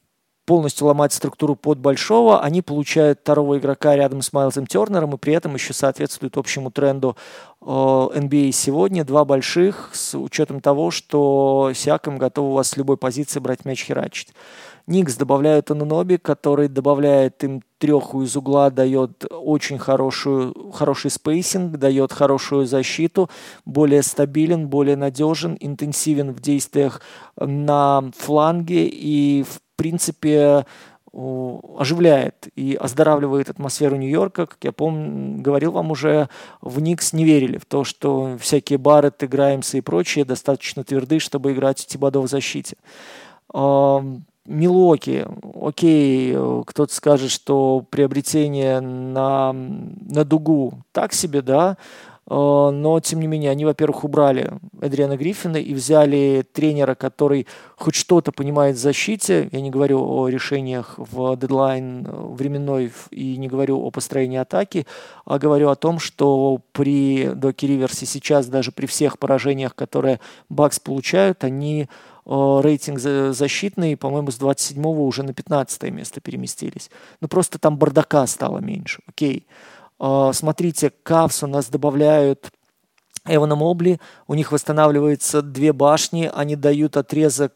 полностью ломать структуру под большого, они получают второго игрока рядом с Майлзом Тернером и при этом еще соответствуют общему тренду эн би эй сегодня. Два больших с учетом того, что Сиакам готов у вас с любой позиции брать мяч, херачить. Никс добавляют Ануноби, который добавляет им треху из угла, дает очень хорошую, хороший спейсинг, дает хорошую защиту, более стабилен, более надежен, интенсивен в действиях на фланге и, в принципе, оживляет и оздоравливает атмосферу Нью-Йорка. Как я помню, говорил вам уже, в Никс не верили в то, что всякие Барретты, Граймсы и прочие достаточно тверды, чтобы играть в Тибадо в защите. Милуоки, окей, кто-то скажет, что приобретение на, на дугу так себе, да, но, тем не менее, они, во-первых, убрали Эдриана Гриффина и взяли тренера, который хоть что-то понимает в защите. Я не говорю о решениях в дедлайн временной и не говорю о построении атаки, а говорю о том, что при Доке Риверсе сейчас, даже при всех поражениях, которые Бакс получают, они рейтинг защитный, по-моему, с двадцать седьмого уже на пятнадцатое место переместились. Ну, просто там бардака стало меньше. Окей. Смотрите, Кавс у нас добавляют Эвана Мобли, у них восстанавливаются две башни, они дают отрезок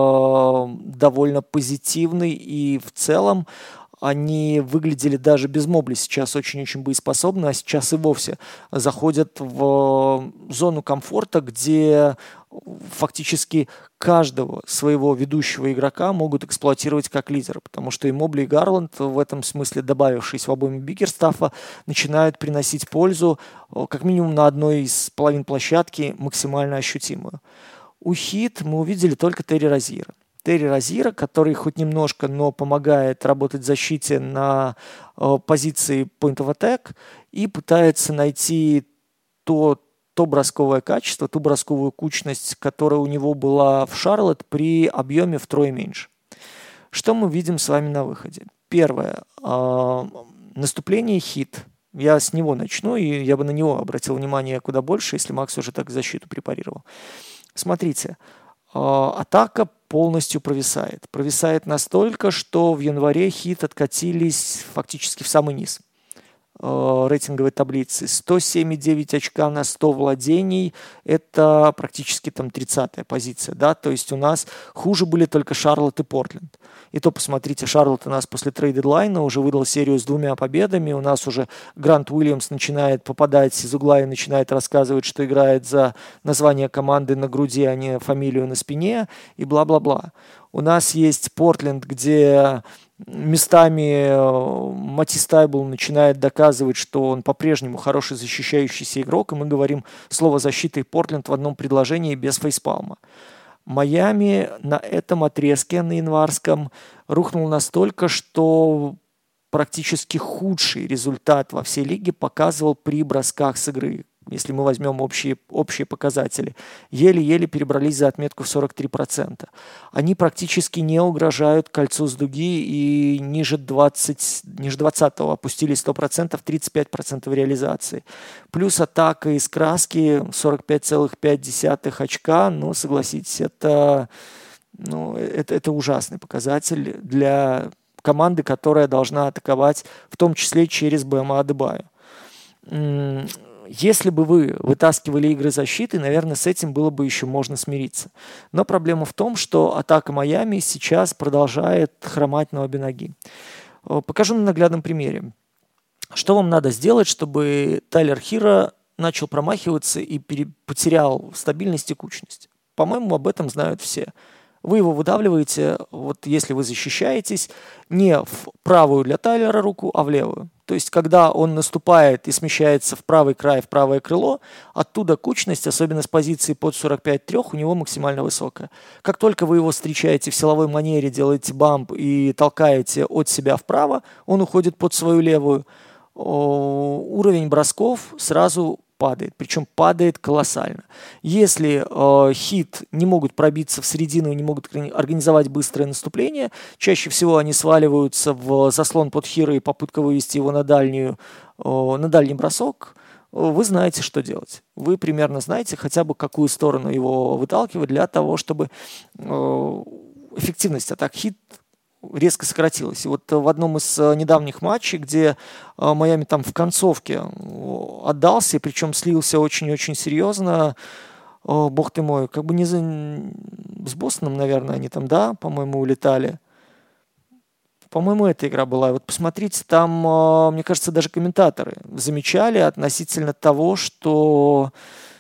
довольно позитивный, и в целом они выглядели даже без Мобли сейчас очень-очень боеспособны, а сейчас и вовсе заходят в зону комфорта, где фактически каждого своего ведущего игрока могут эксплуатировать как лидера, потому что и Мобли, и Гарланд, в этом смысле добавившись в обойму Бикерстаффа, начинают приносить пользу как минимум на одной из половин площадки максимально ощутимую. У Хит мы увидели только Терри Розира. Терри Розира, который хоть немножко, но помогает работать в защите на э, позиции point of attack и пытается найти то, то бросковое качество, ту бросковую кучность, которая у него была в Шарлотт при объеме втрое меньше. Что мы видим с вами на выходе? Первое. Э, наступление Хит. Я с него начну, и я бы на него обратил внимание куда больше, если Макс уже так защиту препарировал. Смотрите. Атака полностью провисает. Провисает настолько, что в январе Хит откатились фактически в самый низ рейтинговой таблицы. сто семь и девять очка на сто владений. Это практически там тридцатая позиция. Да? То есть у нас хуже были только Шарлотт и Портленд. И то, посмотрите, Шарлотт у нас после трейд-дедлайна уже выдал серию с двумя победами. У нас уже Грант Уильямс начинает попадать из угла и начинает рассказывать, что играет за название команды на груди, а не фамилию на спине. И бла-бла-бла. У нас есть Портленд, где местами Матис Тайбл начинает доказывать, что он по-прежнему хороший защищающийся игрок, и мы говорим слово «защита» и Портленд в одном предложении без фейспалма. Майами на этом отрезке, на январском, рухнул настолько, что практически худший результат во всей лиге показывал при бросках с игры. Если мы возьмем общие, общие показатели, еле-еле перебрались за отметку в сорок три процента. Они практически не угрожают кольцу с дуги и ниже, двадцати, ниже двадцатого опустились сто процентов, тридцать пять процентов реализации. Плюс атака из краски сорок пять целых пять десятых очка, ну, согласитесь, это, ну, это, это ужасный показатель для команды, которая должна атаковать, в том числе через Бэма Адебайо. Если бы вы вытаскивали игры защиты, наверное, с этим было бы еще можно смириться. Но проблема в том, что атака Майами сейчас продолжает хромать на обе ноги. Покажу на наглядном примере. Что вам надо сделать, чтобы Тайлер Хиро начал промахиваться и пере- потерял стабильность и кучность? По-моему, об этом знают все. Вы его выдавливаете, вот если вы защищаетесь, не в правую для Тайлера руку, а в левую. То есть, когда он наступает и смещается в правый край, в правое крыло, оттуда кучность, особенно с позиции под сорок пять целых три, у него максимально высокая. Как только вы его встречаете в силовой манере, делаете бамп и толкаете от себя вправо, он уходит под свою левую. Уровень бросков сразу падает, причем падает колоссально. Если э, Хит не могут пробиться в середину, не могут организовать быстрое наступление, чаще всего они сваливаются в заслон под Хиро и попытка вывести его на, дальнюю, э, на дальний бросок, вы знаете, что делать. Вы примерно знаете хотя бы, какую сторону его выталкивать для того, чтобы э, эффективность атак Хит резко сократилась. И вот в одном из недавних матчей, где Майами там в концовке отдался, и причем слился очень-очень серьезно, о, бог ты мой, как бы не за... с Бостоном, наверное, они там, да, по-моему, улетали. По-моему, эта игра была. И вот посмотрите, там, мне кажется, даже комментаторы замечали относительно того, что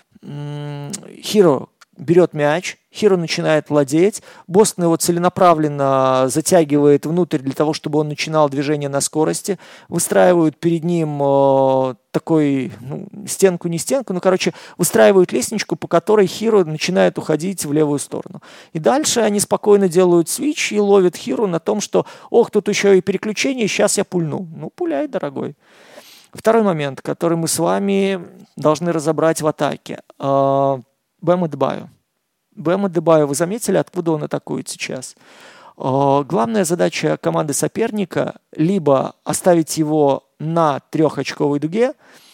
Хиро берет мяч, Хиро начинает владеть, Бостон его целенаправленно затягивает внутрь для того, чтобы он начинал движение на скорости, выстраивают перед ним э, такой, ну, стенку, не стенку, ну, короче, выстраивают лестничку, по которой Хиро начинает уходить в левую сторону. И дальше они спокойно делают свич и ловят Хиро на том, что, ох, тут еще и переключение, сейчас я пульну. Ну, пуляй, дорогой. Второй момент, который мы с вами должны разобрать в атаке. Э, Бэм Адебайо. Бэм Адебайо, вы заметили, откуда он атакует сейчас? Э, главная задача команды соперника либо оставить его на трехочковой дуге,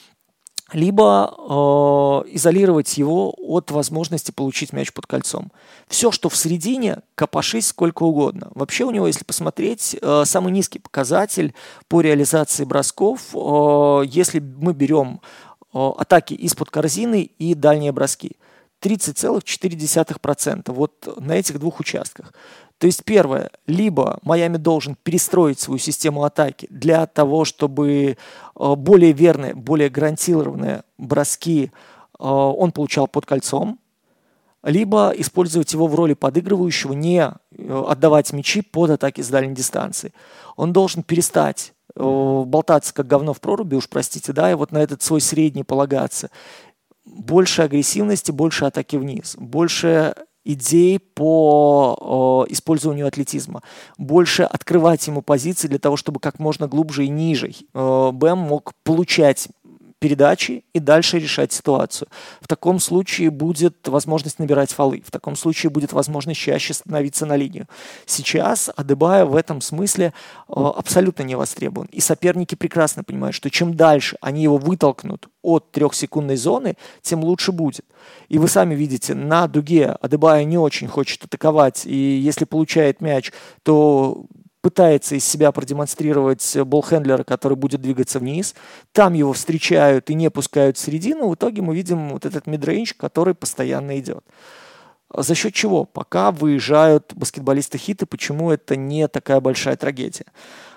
либо э, изолировать его от возможности получить мяч под кольцом. Все, что в середине, копошись сколько угодно. Вообще у него, если посмотреть, э, самый низкий показатель по реализации бросков, э, если мы берем э, атаки из-под корзины и дальние броски. тридцать целых четыре десятых процента вот на этих двух участках. То есть первое, либо Майами должен перестроить свою систему атаки для того, чтобы более верные, более гарантированные броски он получал под кольцом, либо использовать его в роли подыгрывающего, не отдавать мячи под атаки с дальней дистанции. Он должен перестать болтаться как говно в проруби, уж простите, да, и вот на этот свой средний полагаться. Больше агрессивности, больше атаки вниз, больше идей по э, использованию атлетизма, больше открывать ему позиции для того, чтобы как можно глубже и ниже э, Бэм мог получать передачи и дальше решать ситуацию. В таком случае будет возможность набирать фолы, в таком случае будет возможность чаще становиться на линию. Сейчас Адебайо в этом смысле э, абсолютно не востребован. И соперники прекрасно понимают, что чем дальше они его вытолкнут от трехсекундной зоны, тем лучше будет. И вы сами видите, на дуге Адебайо не очень хочет атаковать, и если получает мяч, то пытается из себя продемонстрировать болл-хендлера, который будет двигаться вниз. Там его встречают и не пускают в середину. В итоге мы видим вот этот мидрейндж, который постоянно идет. За счет чего? Пока выезжают баскетболисты Хита, почему это не такая большая трагедия?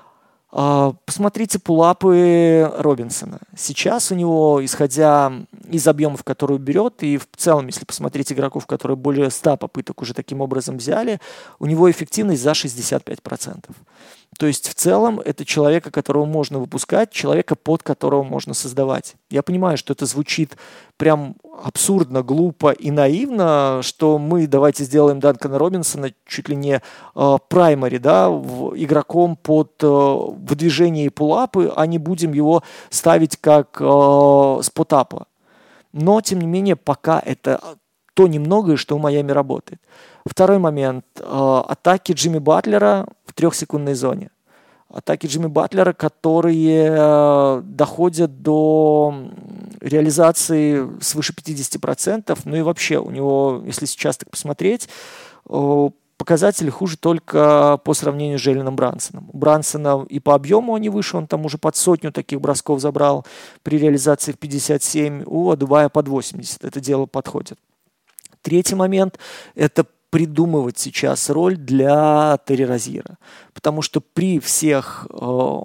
Посмотрите пулапы Робинсона. Сейчас у него, исходя из объемов, которые берет, и в целом, если посмотреть игроков, которые более ста попыток уже таким образом взяли, у него эффективность за шестьдесят пять процентов. То есть в целом это человека, которого можно выпускать, человека, под которого можно создавать. Я понимаю, что это звучит прям абсурдно, глупо и наивно, что мы давайте сделаем Данкана Робинсона чуть ли не э, праймари, да, в, игроком под э, выдвижение и пулапы, а не будем его ставить как э, спотапа. Но, тем не менее, пока это то немногое, что у Майами работает. Второй момент. Э, атаки Джимми Батлера в трехсекундной зоне. Атаки Джимми Батлера, которые э, доходят до реализации свыше пятьдесят процентов. Ну и вообще у него, если сейчас так посмотреть, э, показатели хуже только по сравнению с Джейленом Брансоном. У Брансона и по объему они выше, он там уже под сотню таких бросков забрал при реализации в пятьдесят семь, у Адебайо под восемьдесят. Это дело подходит. Третий момент – это придумывать сейчас роль для Терри Розьера. Потому что при всех э,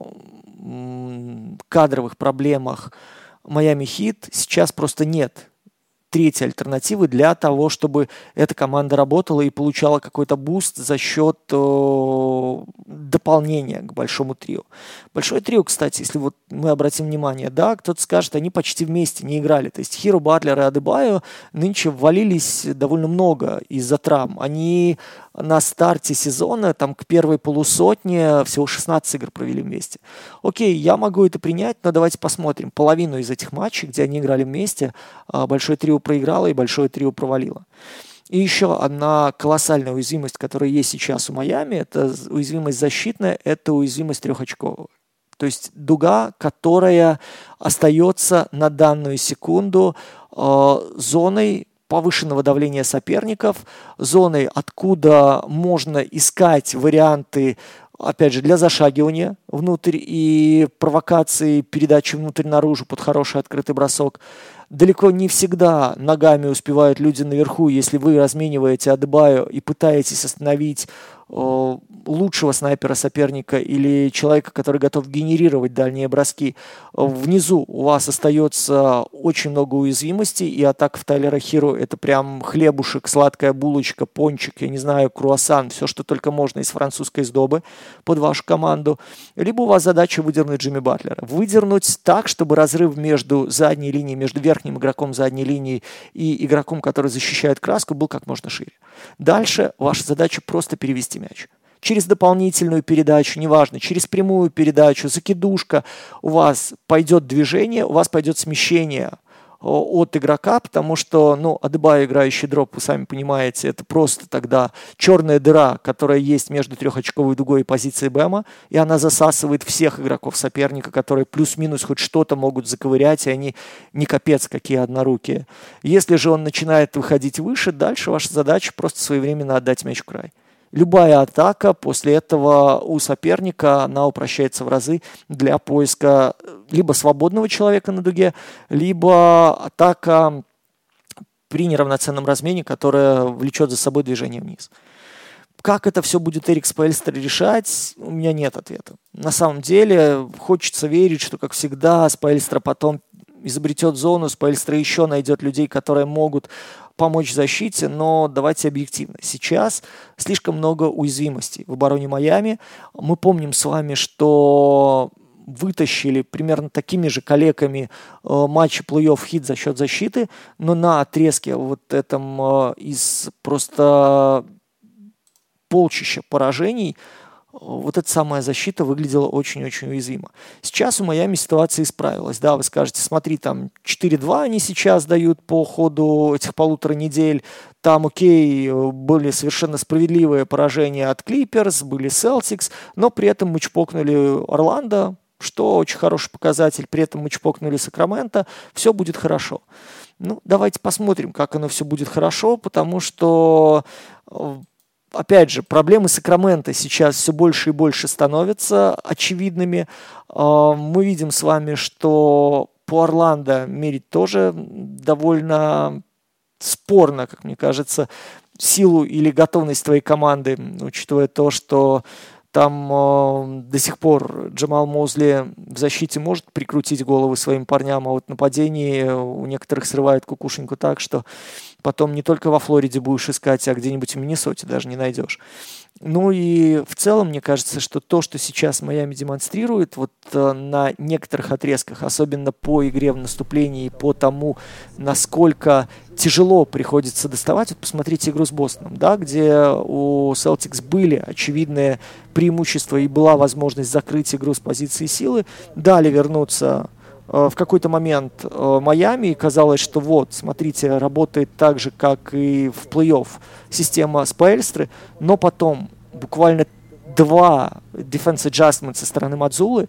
кадровых проблемах Майами Хит сейчас просто нет третьей альтернативы для того, чтобы эта команда работала и получала какой-то буст за счет э, дополнения к большому трио. Большое трио, кстати, если вот мы обратим внимание, да, кто-то скажет, они почти вместе не играли. То есть Хиро, Батлер и Адебайо нынче ввалились довольно много из-за травм. Они на старте сезона, там, к первой полусотне всего шестнадцать игр провели вместе. Окей, я могу это принять, но давайте посмотрим. Половину из этих матчей, где они играли вместе, большое трио проиграло и большое трио провалило. И еще одна колоссальная уязвимость, которая есть сейчас у Майами, это уязвимость защитная, это уязвимость трехочковая. То есть дуга, которая остается на данную секунду э, зоной повышенного давления соперников, зоной, откуда можно искать варианты опять же, для зашагивания внутрь и провокации, передачи внутрь-наружу под хороший открытый бросок. Далеко не всегда ногами успевают люди наверху, если вы размениваете Адебайо и пытаетесь остановить э, лучшего снайпера соперника или человека, который готов генерировать дальние броски. Внизу у вас остается очень много уязвимостей, и атака в Тайлера Хиро — это прям хлебушек, сладкая булочка, пончик, я не знаю, круассан, все, что только можно из французской сдобы под вашу команду. Либо у вас задача выдернуть Джимми Батлера. Выдернуть так, чтобы разрыв между задней линией, между верхним игроком задней линии и игроком, который защищает краску, был как можно шире. Дальше ваша задача просто перевести мяч. Через дополнительную передачу, неважно, через прямую передачу, закидушка, у вас пойдет движение, у вас пойдет смещение от игрока, потому что, ну, Адебайо, играющий дроп, вы сами понимаете, это просто тогда черная дыра, которая есть между трехочковой дугой и позицией БЭМа, и она засасывает всех игроков соперника, которые плюс-минус хоть что-то могут заковырять, и они не капец какие однорукие. Если же он начинает выходить выше, дальше ваша задача просто своевременно отдать мяч в край. Любая атака после этого у соперника, она упрощается в разы для поиска либо свободного человека на дуге, либо атака при неравноценном размене, которая влечет за собой движение вниз. Как это все будет Эрик Споэльстер решать, у меня нет ответа. На самом деле хочется верить, что, как всегда, Споэльстер потом изобретет зону, Споэльстер еще найдет людей, которые могут помочь в защите, но давайте объективно. Сейчас слишком много уязвимостей в обороне Майами. Мы помним с вами, что вытащили примерно такими же калеками э, матчи плей-офф Хит за счет защиты, но на отрезке вот этом э, из просто полчища поражений вот эта самая защита выглядела очень-очень уязвимо. Сейчас у Майами ситуация исправилась. Да, вы скажете, смотри, там четыре-два они сейчас дают по ходу этих полутора недель. Там, окей, были совершенно справедливые поражения от Клиперс, были Селтикс, но при этом мы чпокнули Орландо, что очень хороший показатель. При этом мы чпокнули Сакраменто. Все будет хорошо. Ну, давайте посмотрим, как оно все будет хорошо, потому что... Опять же, проблемы Сакраменто сейчас все больше и больше становятся очевидными. Мы видим с вами, что по Орландо мерить тоже довольно спорно, как мне кажется, силу или готовность твоей команды, учитывая то, что там э, до сих пор Джамал Мозли в защите может прикрутить головы своим парням, а вот в нападении у некоторых срывает кукушеньку так, что потом не только во Флориде будешь искать, а где-нибудь в Миннесоте даже не найдешь. Ну и в целом, мне кажется, что то, что сейчас Майами демонстрирует вот э, на некоторых отрезках, особенно по игре в наступлении, по тому, насколько тяжело приходится доставать. Вот посмотрите игру с Бостоном, да, где у Celtics были очевидные преимущества и была возможность закрыть игру с позиции силы, дали вернуться э, в какой-то момент э, Майами, и казалось, что вот, смотрите, работает так же, как и в плей-офф система Споэльстры, но потом буквально два defense adjustment со стороны Мадзулы,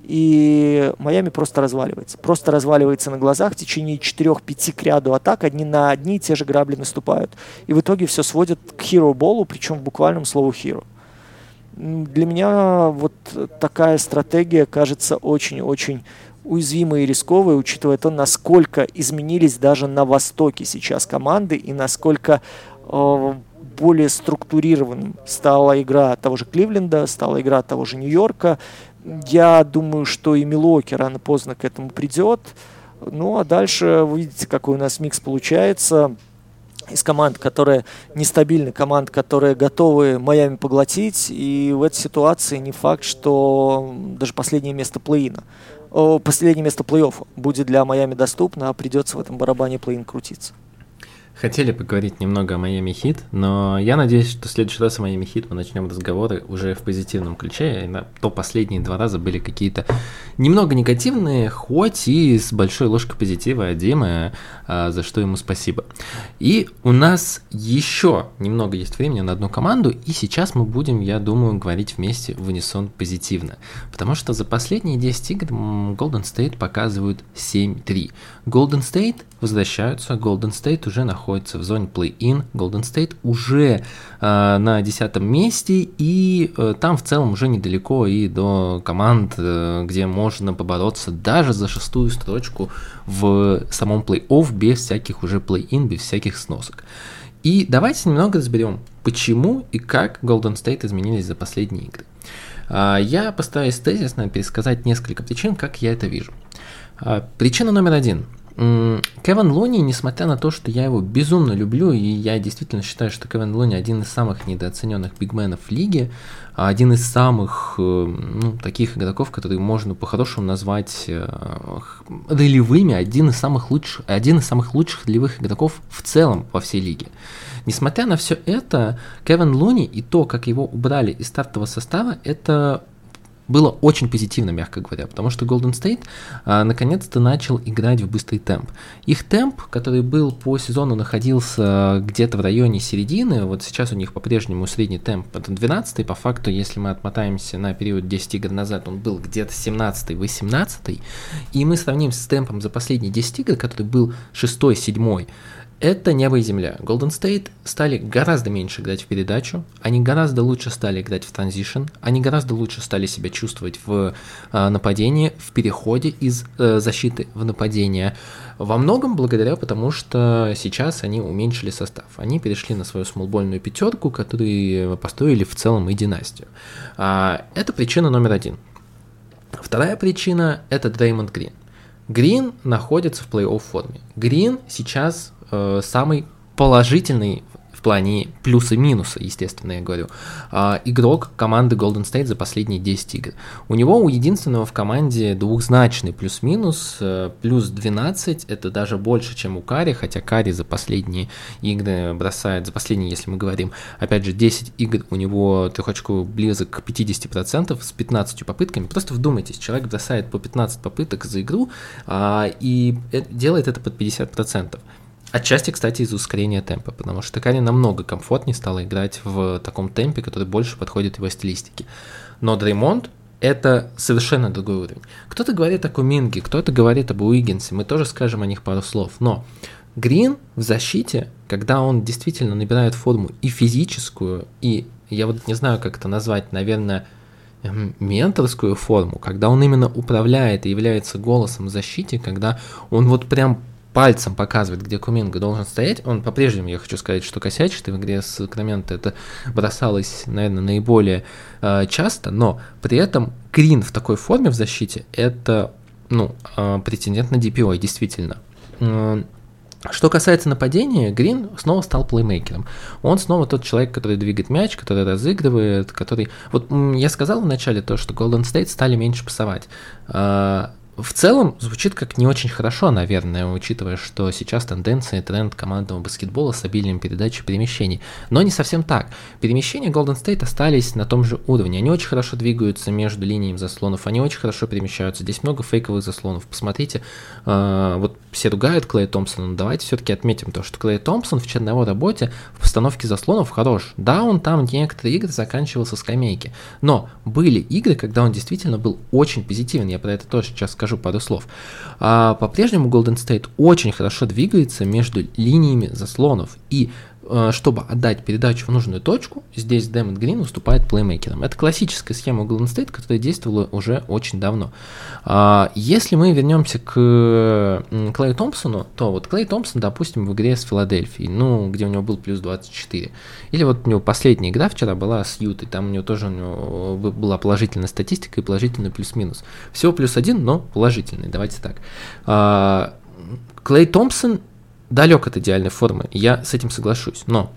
и Майами просто разваливается. Просто разваливается на глазах в течение четырех-пяти к ряду атак. Одни на одни и те же грабли наступают. И в итоге все сводят к hero-болу, причем в буквальном слову hero. Для меня вот такая стратегия кажется очень-очень уязвимой и рисковой, учитывая то, насколько изменились даже на Востоке сейчас команды и насколько э, более структурированным стала игра того же Кливленда, стала игра того же Нью-Йорка. Я думаю, что и Милуоки рано поздно к этому придет. Ну, а дальше вы видите, какой у нас микс получается из команд, которые нестабильны, команд, которые готовы Майами поглотить. И в этой ситуации не факт, что даже последнее место плей-ина, о, последнее место плей-оффа будет для Майами доступно, а придется в этом барабане плей-ин крутиться. Хотели поговорить немного о Майами Хит, но я надеюсь, что в следующий раз о Майами Хит мы начнем разговоры уже в позитивном ключе. То последние два раза были какие-то немного негативные, хоть и с большой ложкой позитива от Димы, за что ему спасибо. И у нас еще немного есть времени на одну команду, и сейчас мы будем, я думаю, говорить вместе в унисон позитивно. Потому что за последние десять игр Golden State показывают семь три. Golden State возвращаются, Golden State уже находится в зоне play-in, Golden State уже э, на десятом месте, и э, там в целом уже недалеко и до команд, э, где можно побороться даже за шестую строчку в самом плей-офф без всяких уже play-in, без всяких сносок. И давайте немного разберем, почему и как Golden State изменились за последние игры. Э, я постараюсь тезисно пересказать несколько причин, как я это вижу. Э, причина номер один. Кевин Луни, несмотря на то, что я его безумно люблю, и я действительно считаю, что Кевин Луни один из самых недооцененных бигменов лиги, один из самых, ну, таких игроков, которые можно по-хорошему назвать ролевыми, один из самых лучших, один из самых лучших ролевых игроков в целом во всей лиге. Несмотря на все это, Кевин Луни и то, как его убрали из стартового состава, это было очень позитивно, мягко говоря, потому что Golden State а, наконец-то начал играть в быстрый темп. Их темп, который был по сезону, находился где-то в районе середины, вот сейчас у них по-прежнему средний темп это двенадцатый, по факту, если мы отмотаемся на период десять игр назад, он был где-то семнадцатый-восемнадцатый, и мы сравним с темпом за последние десять игр, который был шестой-седьмой, это небо и земля. Golden State стали гораздо меньше играть в передачу, они гораздо лучше стали играть в транзишн, они гораздо лучше стали себя чувствовать в э, нападении, в переходе из э, защиты в нападение. Во многом благодаря, потому что сейчас они уменьшили состав. Они перешли на свою смолбольную пятерку, которые построили в целом и династию. А, это причина номер один. Вторая причина – это Дреймонд Грин. Грин находится в плей-офф форме. Грин сейчас э, самый положительный в плане плюсы и минусы, естественно, я говорю, э, игрок команды Golden State за последние десять игр. У него у единственного в команде двухзначный плюс-минус, э, плюс двенадцать, это даже больше, чем у Карри, хотя Карри за последние игры бросает, за последние, если мы говорим, опять же, десять игр, у него трехочковый близок к пятьдесят процентов с пятнадцатью попытками. Просто вдумайтесь, человек бросает по пятнадцать попыток за игру а, и делает это под пятьдесят процентов. Отчасти, кстати, из ускорения темпа, потому что Карри намного комфортнее стало играть в таком темпе, который больше подходит его стилистике. Но Дреймонд – это совершенно другой уровень. Кто-то говорит о Куминге, кто-то говорит об Уиггинсе, мы тоже скажем о них пару слов, но Грин в защите, когда он действительно набирает форму и физическую, и, я вот не знаю, как это назвать, наверное, менторскую форму, когда он именно управляет и является голосом в защите, когда он вот прям пальцем показывает, где Куминга должен стоять. Он по-прежнему, я хочу сказать, что косячит, и в игре с Сакраменто это бросалось, наверное, наиболее э, часто, но при этом Грин в такой форме в защите это, ну, э, претендент на ди пи ой, действительно. Э, что касается нападения, Грин снова стал плеймейкером. Он снова тот человек, который двигает мяч, который разыгрывает, который... Вот я сказал вначале то, что Golden State стали меньше пасовать. Э, В целом, звучит как не очень хорошо, наверное, учитывая, что сейчас тенденция и тренд командного баскетбола с обилием передач и перемещений. Но не совсем так. Перемещения Golden State остались на том же уровне. Они очень хорошо двигаются между линиями заслонов, они очень хорошо перемещаются. Здесь много фейковых заслонов. Посмотрите, э, вот все ругают Клея Томпсона, но давайте все-таки отметим то, что Клей Томпсон в черновой работе в постановке заслонов хорош. Да, он там некоторые игры заканчивал со скамейки, но были игры, когда он действительно был очень позитивен. Я про это тоже сейчас скажу пару слов. А по-прежнему Golden State очень хорошо двигается между линиями заслонов, и э, чтобы отдать передачу в нужную точку, здесь Дреймонд Грин выступает плеймейкером. Это классическая схема Golden State, которая действовала уже очень давно. А, если мы вернемся к Клею Томпсону, то вот Клей Томпсон, допустим, в игре с Филадельфией, ну, где у него был плюс двадцать четыре, или вот у него последняя игра вчера была с Ютой, там у него тоже у него была положительная статистика и положительный плюс-минус. Всего плюс один, но положительный, давайте так. А, Клей Томпсон далек от идеальной формы, я с этим соглашусь, но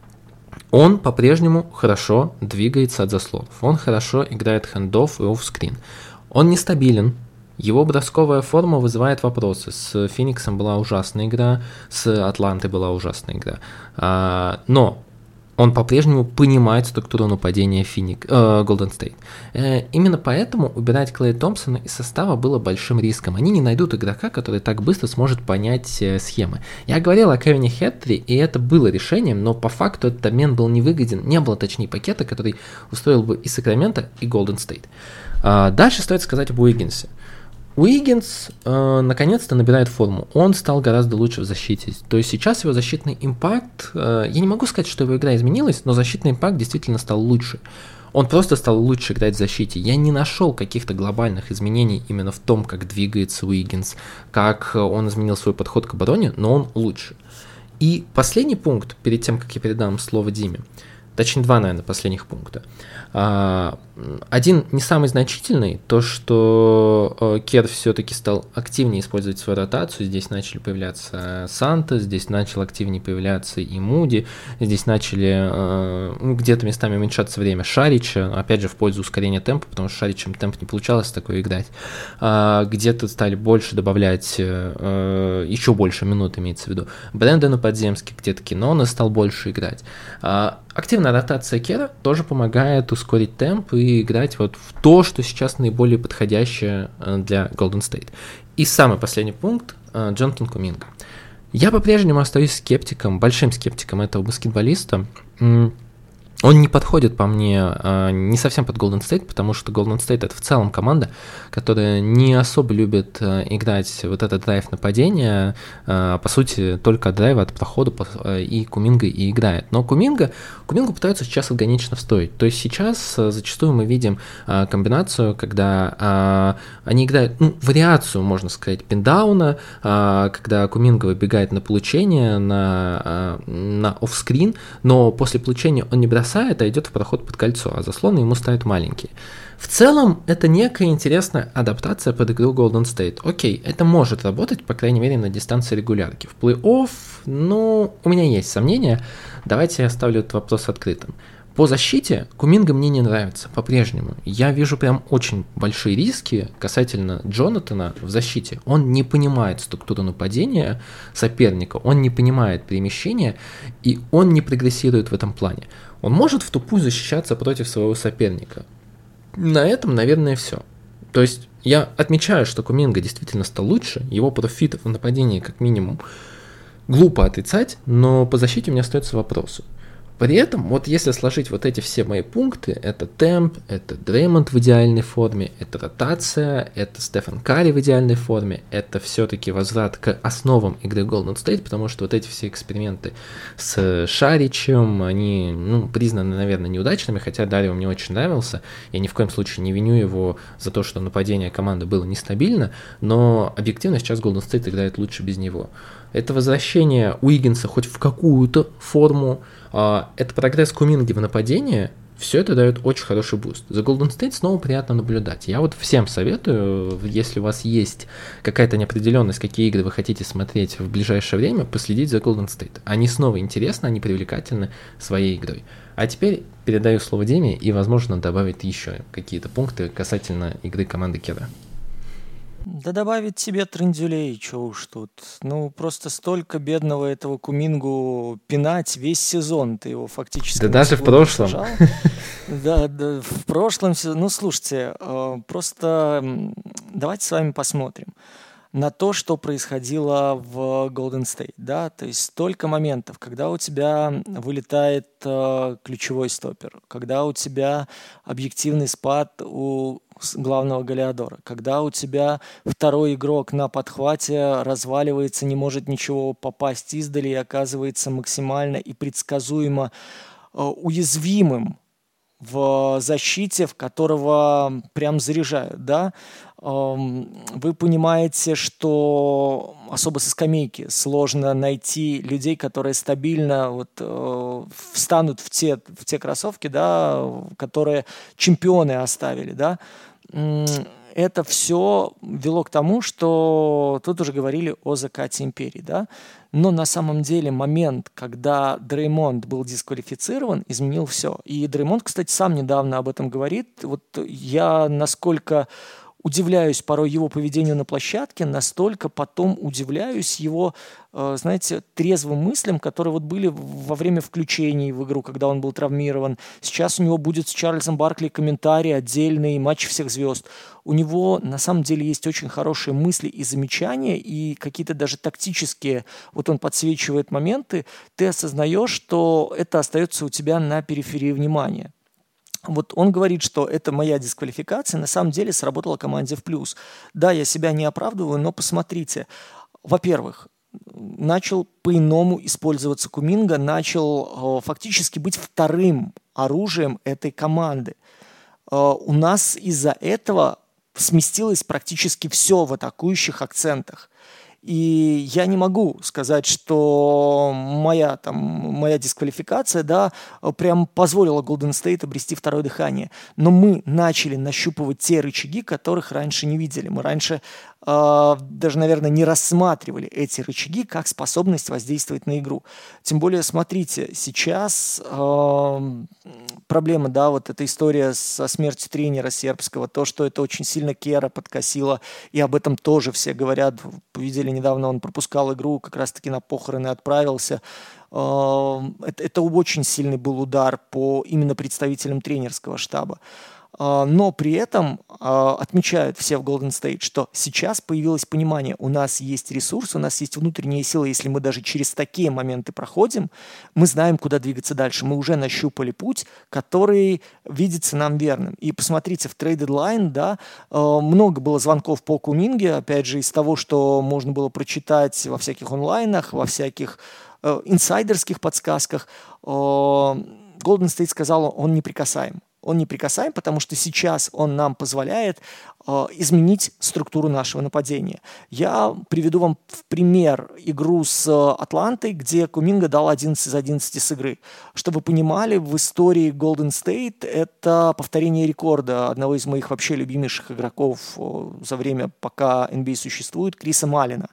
он по-прежнему хорошо двигается от заслонов, он хорошо играет хендофф и оффскрин, он нестабилен, его бросковая форма вызывает вопросы. С Фениксом была ужасная игра, с Атлантой была ужасная игра, а, но он по-прежнему понимает структуру нападения Феник, э, Golden State. Э, именно поэтому убирать Клея Томпсона из состава было большим риском. Они не найдут игрока, который так быстро сможет понять э, схемы. Я говорил о Кевине Хеттри, и это было решением, но по факту этот обмен был невыгоден. Не было, точнее, пакета, который устроил бы и Сакраменто, и Golden State. Э, дальше стоит сказать об Уиггинсе. Уиггинс э, наконец-то набирает форму. Он стал гораздо лучше в защите. То есть сейчас его защитный импакт, э, я не могу сказать, что его игра изменилась, но защитный импакт действительно стал лучше. Он просто стал лучше играть в защите. Я не нашел каких-то глобальных изменений именно в том, как двигается Уиггинс, как он изменил свой подход к обороне, но он лучше. И последний пункт, перед тем, как я передам слово Диме, точнее два, наверное, последних пункта. Один не самый значительный, то, что Кер все-таки стал активнее использовать свою ротацию. Здесь начали появляться Санта, здесь начал активнее появляться и Муди, здесь начали ну, где-то местами уменьшаться время Шарича, опять же в пользу ускорения темпа, потому что Шаричем темп не получалось такое играть. Где-то стали больше добавлять, еще больше минут имеется в виду, Брэндону Подземски, где-то Кинона стал больше играть. Активная ротация Кера тоже помогает ускорить темп и играть вот в то, что сейчас наиболее подходящее для Golden State. И самый последний пункт – Джонатан Куминга. Я по-прежнему остаюсь скептиком, большим скептиком этого баскетболиста. Он не подходит по мне не совсем под Golden State, потому что Golden State — это в целом команда, которая не особо любит играть вот этот драйв нападения, по сути, только от драйва, от прохода, и Куминга и играет. Но Куминга, Кумингу пытаются сейчас органично встроить. То есть сейчас зачастую мы видим комбинацию, когда они играют, ну, вариацию, можно сказать, пиндауна, когда Куминга выбегает на получение, на, на оффскрин, но после получения он не бросает, а идет в проход под кольцо, а заслоны ему ставят маленькие. В целом, это некая интересная адаптация под игру Golden State. Окей, это может работать, по крайней мере, на дистанции регулярки. В плей-офф, ну, у меня есть сомнения. Давайте я оставлю этот вопрос открытым. По защите Куминга мне не нравится по-прежнему. Я вижу прям очень большие риски касательно Джонатана в защите. Он не понимает структуру нападения соперника, он не понимает перемещения, и он не прогрессирует в этом плане. Он может в тупую защищаться против своего соперника. На этом, наверное, все. То есть я отмечаю, что Куминга действительно стал лучше, его профит в нападении как минимум глупо отрицать, но по защите у меня остаются вопросы. При этом, вот если сложить вот эти все мои пункты, это темп, это Дреймонд в идеальной форме, это ротация, это Стефан Карри в идеальной форме, это все-таки возврат к основам игры Golden State, потому что вот эти все эксперименты с Шаричем, они, ну, признаны, наверное, неудачными, хотя Дарио мне очень нравился, я ни в коем случае не виню его за то, что нападение команды было нестабильно, но объективно сейчас Golden State играет лучше без него. Это возвращение Уиггинса хоть в какую-то форму, это прогресс Куминги в нападении, все это дает очень хороший буст. За Golden State снова приятно наблюдать. Я вот всем советую, если у вас есть какая-то неопределенность, какие игры вы хотите смотреть в ближайшее время, последить за Golden State. Они снова интересны, они привлекательны своей игрой. А теперь передаю слово Диме и, возможно, добавить еще какие-то пункты касательно игры команды Кера. Да добавить тебе трындюлей, чё уж тут. Ну, просто столько бедного этого Кумингу пинать весь сезон. Ты его фактически... Да даже в прошлом. Да, да, в прошлом сезоне. Ну, слушайте, просто давайте с вами посмотрим на то, что происходило в Golden State, да, то есть столько моментов, когда у тебя вылетает э, ключевой стопер, когда у тебя объективный спад у главного голеадора, когда у тебя второй игрок на подхвате разваливается, не может ничего попасть издали и оказывается максимально и предсказуемо э, уязвимым в защите, в которого прям заряжают, да, вы понимаете, что особо со скамейки сложно найти людей, которые стабильно вот, э, встанут в те, в те кроссовки, да, которые чемпионы оставили, да. Это все вело к тому, что тут уже говорили о закате империи, да. Но на самом деле момент, когда Дреймонд был дисквалифицирован, изменил все. И Дреймонд, кстати, сам недавно об этом говорит. Вот я насколько удивляюсь порой его поведению на площадке, настолько потом удивляюсь его, э, знаете, трезвым мыслям, которые вот были во время включений в игру, когда он был травмирован. Сейчас у него будет с Чарльзом Баркли комментарий отдельный, матч всех звезд. У него на самом деле есть очень хорошие мысли и замечания, и какие-то даже тактические, вот он подсвечивает моменты, ты осознаешь, что это остается у тебя на периферии внимания. Вот он говорит, что это моя дисквалификация, на самом деле сработала команде в плюс. Да, я себя не оправдываю, но посмотрите. Во-первых, начал по-иному использоваться Куминга, начал э, фактически быть вторым оружием этой команды. Э, у нас из-за этого сместилось практически все в атакующих акцентах. И я не могу сказать, что моя, там, моя дисквалификация, да, прям позволила Golden State обрести второе дыхание. Но мы начали нащупывать те рычаги, которых раньше не видели. Мы раньше э, даже, наверное, не рассматривали эти рычаги как способность воздействовать на игру. Тем более, смотрите, сейчас э, проблема, да, вот эта история со смертью тренера сербского, то, что это очень сильно Кера подкосило, и об этом тоже все говорят. Видели недавно, он пропускал игру, как раз-таки на похороны отправился. Это, это очень сильный был удар по именно представителям тренерского штаба. Но при этом отмечают все в Golden State, что сейчас появилось понимание, у нас есть ресурс, у нас есть внутренние силы, если мы даже через такие моменты проходим, мы знаем, куда двигаться дальше. Мы уже нащупали путь, который видится нам верным. И посмотрите, в Trade Deadline, да, много было звонков по Куминге, опять же, из того, что можно было прочитать во всяких онлайнах, во всяких инсайдерских подсказках. Golden State сказал, он неприкасаем. Он неприкасаем, потому что сейчас он нам позволяет э, изменить структуру нашего нападения. Я приведу вам в пример игру с э, Атлантой, где Куминга дал одиннадцать из одиннадцати с игры. Чтобы вы понимали, в истории Golden State это повторение рекорда одного из моих вообще любимейших игроков э, за время, пока эн би эй существует, Криса Маллина.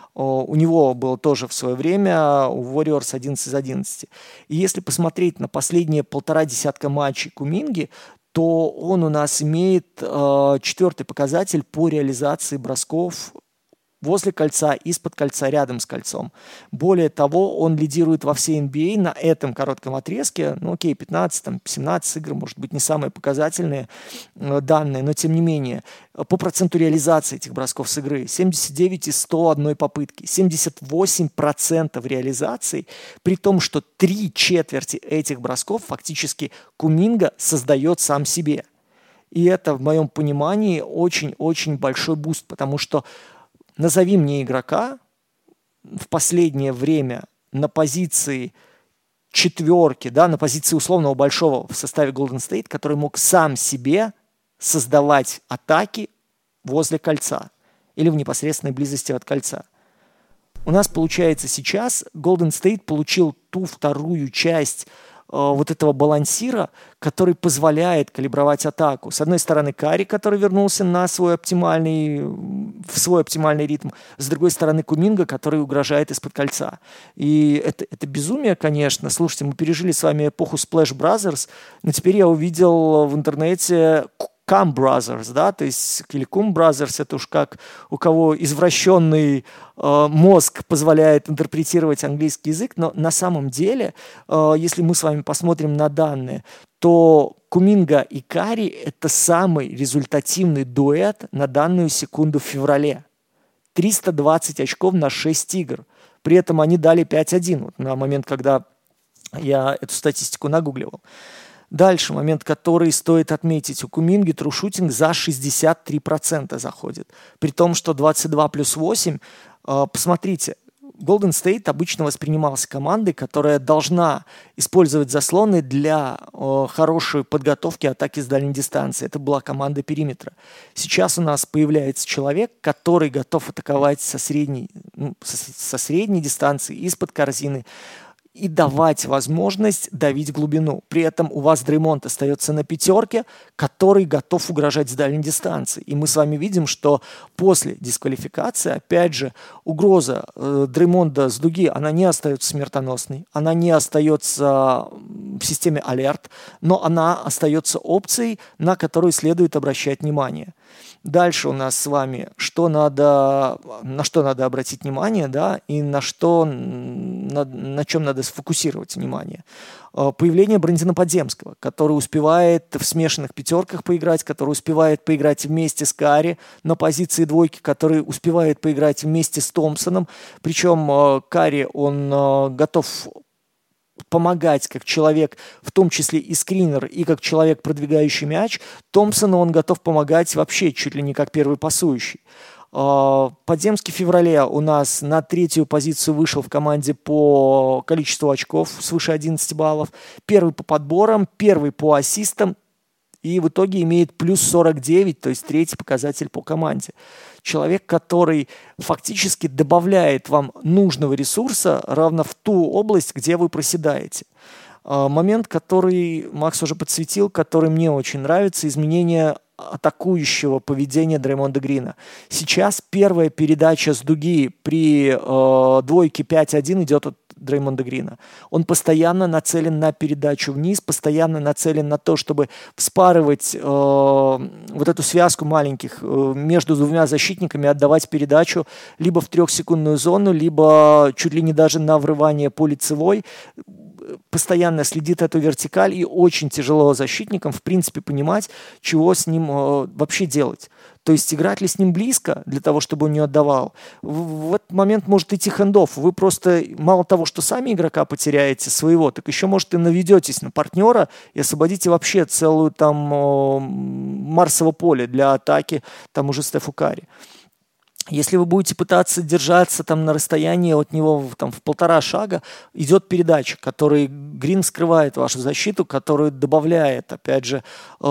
У него было тоже в свое время у Warriors одиннадцать из одиннадцати. И если посмотреть на последние полтора десятка матчей Куминги, то он у нас имеет э, четвертый показатель по реализации бросков возле кольца, из-под кольца, рядом с кольцом. Более того, он лидирует во всей эн би эй на этом коротком отрезке. Ну окей, пятнадцать, там, семнадцать игр, может быть, не самые показательные э, данные, но тем не менее, по проценту реализации этих бросков с игры семьдесят девять из ста одной попытки, семьдесят восемь процентов реализации, при том, что три четверти этих бросков фактически Куминга создает сам себе. И это, в моем понимании, очень-очень большой буст, потому что назови мне игрока в последнее время на позиции четверки, да, на позиции условного большого в составе Golden State, который мог сам себе создавать атаки возле кольца или в непосредственной близости от кольца. У нас получается сейчас Golden State получил ту вторую часть вот этого балансира, который позволяет калибровать атаку. С одной стороны, Карри, который вернулся на свой оптимальный, в свой оптимальный ритм. С другой стороны, Куминга, который угрожает из-под кольца. И это, это безумие, конечно. Слушайте, мы пережили с вами эпоху Splash Brothers, но теперь я увидел в интернете Cum Brothers, да, то есть или Cum Brothers, это уж как у кого извращенный э, мозг позволяет интерпретировать английский язык, но на самом деле, э, если мы с вами посмотрим на данные, то Куминга и Карри – это самый результативный дуэт на данную секунду в феврале. триста двадцать очков на шесть игр. При этом они дали пять один, вот на момент, когда я эту статистику нагугливал. Дальше, момент, который стоит отметить. У Куминги трушутинг за шестьдесят три процента заходит. При том, что двадцать два плюс восемь, э, посмотрите, Golden State обычно воспринимался командой, которая должна использовать заслоны для э, хорошей подготовки атаки с дальней дистанции. Это была команда периметра. Сейчас у нас появляется человек, который готов атаковать со средней, ну, со, со средней дистанции, из-под корзины, и давать возможность давить глубину. При этом у вас Дреймонд остается на пятерке, который готов угрожать с дальней дистанции. И мы с вами видим, что после дисквалификации, опять же, угроза э, Дреймонда с дуги, она не остается смертоносной, она не остается в системе алерт, но она остается опцией, на которую следует обращать внимание. Дальше у нас с вами, что надо, на что надо обратить внимание, да, и на что, на, на чем надо сфокусировать внимание. Появление Брэндона Подземского, который успевает в смешанных пятерках поиграть, который успевает поиграть вместе с Карри на позиции двойки, который успевает поиграть вместе с Томпсоном. Причем Карри, он готов помогать как человек, в том числе и скринер, и как человек, продвигающий мяч, Томпсону он готов помогать вообще чуть ли не как первый пасующий. Подземский в феврале у нас на третью позицию вышел в команде по количеству очков, свыше одиннадцати баллов. Первый по подборам, первый по ассистам. И в итоге имеет плюс сорок девять, то есть третий показатель по команде. Человек, который фактически добавляет вам нужного ресурса ровно в ту область, где вы проседаете. Момент, который Макс уже подсветил, который мне очень нравится, изменение атакующего поведения Дреймонда Грина. Сейчас первая передача с дуги при э, двойке пять один идет от Дреймонда Грина. Он постоянно нацелен на передачу вниз, постоянно нацелен на то, чтобы вспарывать э, вот эту связку маленьких э, между двумя защитниками, отдавать передачу либо в трехсекундную зону, либо чуть ли не даже на врывание по лицевой. Постоянно следит эту вертикаль, и очень тяжело защитникам, в принципе, понимать, чего с ним э, вообще делать. То есть играть ли с ним близко для того, чтобы он не отдавал. В, в этот момент может идти хендофф. Вы просто мало того, что сами игрока потеряете своего, так еще, может, и наведетесь на партнера и освободите вообще целую там э, Марсово поле для атаки там уже Стефу Карри. Если вы будете пытаться держаться там на расстоянии от него там, в полтора шага, идет передача, который Грин скрывает вашу защиту, которую добавляет, опять же, э,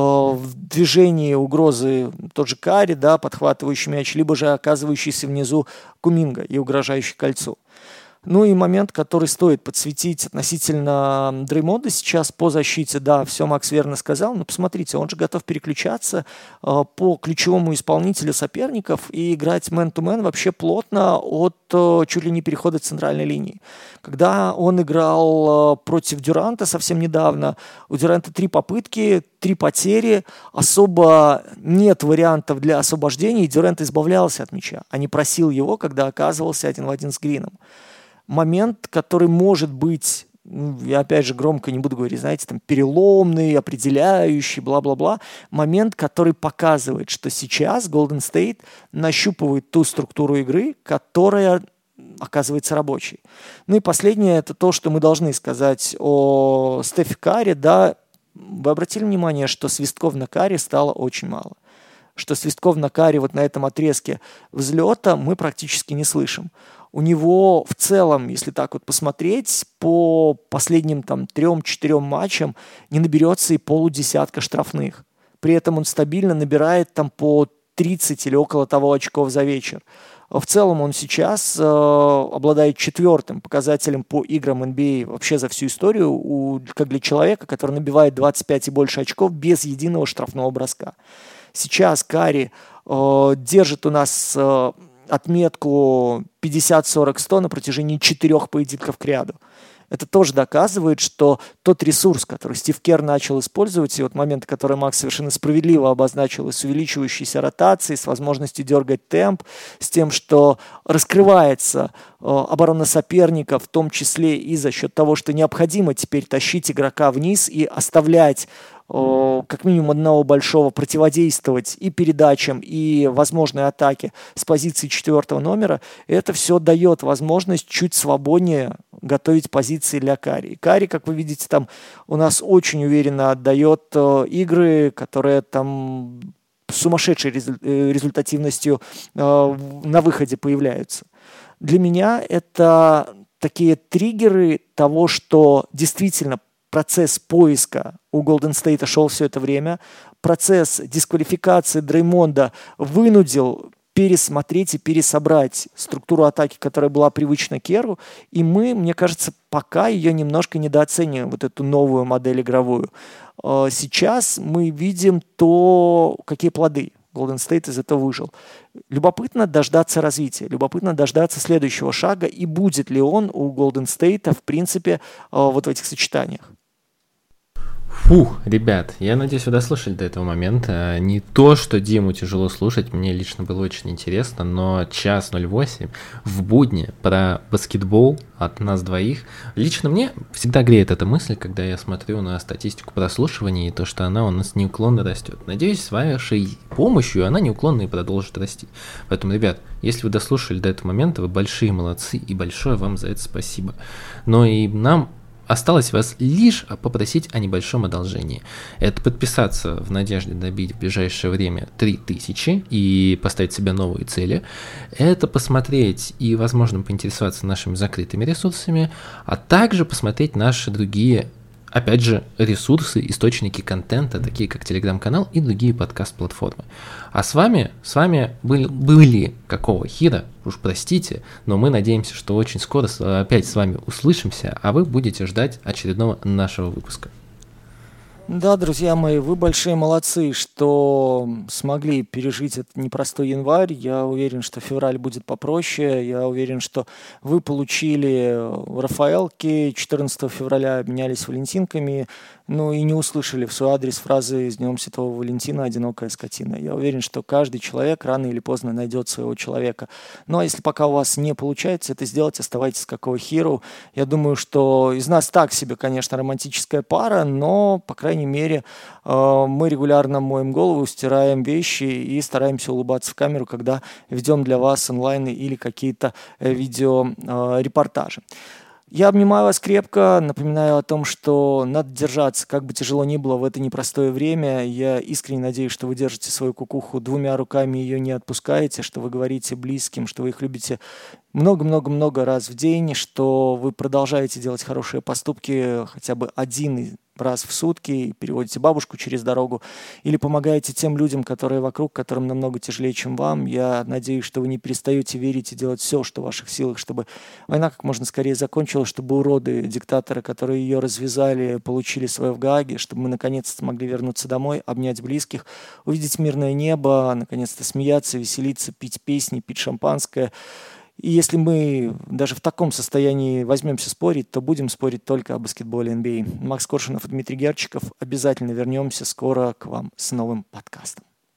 в движении угрозы тот же Карри, да, подхватывающий мяч, либо же оказывающийся внизу Куминга и угрожающий кольцу. Ну и момент, который стоит подсветить относительно Дреймонда сейчас по защите. Да, все Макс верно сказал, но посмотрите, он же готов переключаться э, по ключевому исполнителю соперников и играть мэн-ту-мэн вообще плотно от э, чуть ли не перехода центральной линии. Когда он играл э, против Дюранта совсем недавно, у Дюранта три попытки, три потери, особо нет вариантов для освобождения, и Дюрант избавлялся от мяча, а не просил его, когда оказывался один в один с Грином. Момент, который может быть, ну, я опять же громко не буду говорить, знаете, там переломный, определяющий, бла-бла-бла. Момент, который показывает, что сейчас Golden State нащупывает ту структуру игры, которая оказывается рабочей. Ну и последнее, это то, что мы должны сказать о Стефе Карри. Да, вы обратили внимание, что свистков на Карри стало очень мало. Что свистков на Карри вот на этом отрезке взлета мы практически не слышим. У него в целом, если так вот посмотреть, по последним там трем-четырем матчам не наберется и полудесятка штрафных. При этом он стабильно набирает там по тридцать или около того очков за вечер. В целом он сейчас э, обладает четвертым показателем по играм эн би эй вообще за всю историю, у, как для человека, который набивает двадцать пять и больше очков без единого штрафного броска. Сейчас Карри э, держит у нас э, отметку пятьдесят сорок сто на протяжении четырех поединков к ряду. Это тоже доказывает, что тот ресурс, который Стив Кер начал использовать, и вот момент, который Макс совершенно справедливо обозначил, с увеличивающейся ротацией, с возможностью дергать темп, с тем, что раскрывается э, оборона соперника, в том числе и за счет того, что необходимо теперь тащить игрока вниз и оставлять как минимум одного большого, противодействовать и передачам, и возможной атаке с позиции четвертого номера, это все дает возможность чуть свободнее готовить позиции для Карри. И Карри, как вы видите, там у нас очень уверенно отдает э, игры, которые там с сумасшедшей резу- результативностью э, на выходе появляются. Для меня это такие триггеры того, что действительно процесс поиска у Golden State шел все это время. Процесс дисквалификации Дреймонда вынудил пересмотреть и пересобрать структуру атаки, которая была привычна Керу. И мы, мне кажется, пока ее немножко недооцениваем, вот эту новую модель игровую. Сейчас мы видим то, какие плоды Golden State из этого выжил. Любопытно дождаться развития, любопытно дождаться следующего шага, и будет ли он у Golden State, в принципе, вот в этих сочетаниях. Фух, ребят, я надеюсь, вы дослушали до этого момента. Не то, что Диму тяжело слушать, мне лично было очень интересно, но час ноль восемь в будни про баскетбол от нас двоих. Лично мне всегда греет эта мысль, когда я смотрю на статистику прослушивания и то, что она у нас неуклонно растет. Надеюсь, с вашей помощью она неуклонно и продолжит расти. Поэтому, ребят, если вы дослушали до этого момента, вы большие молодцы, и большое вам за это спасибо. Но и нам осталось вас лишь попросить о небольшом одолжении. Это подписаться в надежде добить в ближайшее время три тысячи и поставить себе новые цели. Это посмотреть и, возможно, поинтересоваться нашими закрытыми ресурсами, а также посмотреть наши другие, опять же, ресурсы, источники контента, такие как Телеграм-канал и другие подкаст-платформы. А с вами, с вами были, были какого хера, уж простите, но мы надеемся, что очень скоро опять с вами услышимся, а вы будете ждать очередного нашего выпуска. Да, друзья мои, вы большие молодцы, что смогли пережить этот непростой январь. Я уверен, что февраль будет попроще. Я уверен, что вы получили рафаэлки, четырнадцатого февраля обменялись валентинками, ну и не услышали в свой адрес фразы «С Днем Святого Валентина, одинокая скотина». Я уверен, что каждый человек рано или поздно найдет своего человека. Ну а если пока у вас не получается это сделать, оставайтесь какого хиру. Я думаю, что из нас так себе, конечно, романтическая пара, но, по крайней мере, мы регулярно моем голову, стираем вещи и стараемся улыбаться в камеру, когда ведем для вас онлайн или какие-то видеорепортажи. Я обнимаю вас крепко, напоминаю о том, что надо держаться, как бы тяжело ни было в это непростое время. Я искренне надеюсь, что вы держите свою кукуху двумя руками, ее не отпускаете, что вы говорите близким, что вы их любите много-много-много раз в день, что вы продолжаете делать хорошие поступки хотя бы один раз в сутки, переводите бабушку через дорогу или помогаете тем людям, которые вокруг, которым намного тяжелее, чем вам. Я надеюсь, что вы не перестаете верить и делать все, что в ваших силах, чтобы война как можно скорее закончилась, чтобы уроды, диктаторы, которые ее развязали, получили свое в Гааге, чтобы мы наконец-то смогли вернуться домой, обнять близких, увидеть мирное небо, наконец-то смеяться, веселиться, пить песни, пить шампанское. И если мы даже в таком состоянии возьмемся спорить, то будем спорить только о баскетболе эн би эй. Макс Коршунов и Дмитрий Герчиков. Обязательно вернемся скоро к вам с новым подкастом.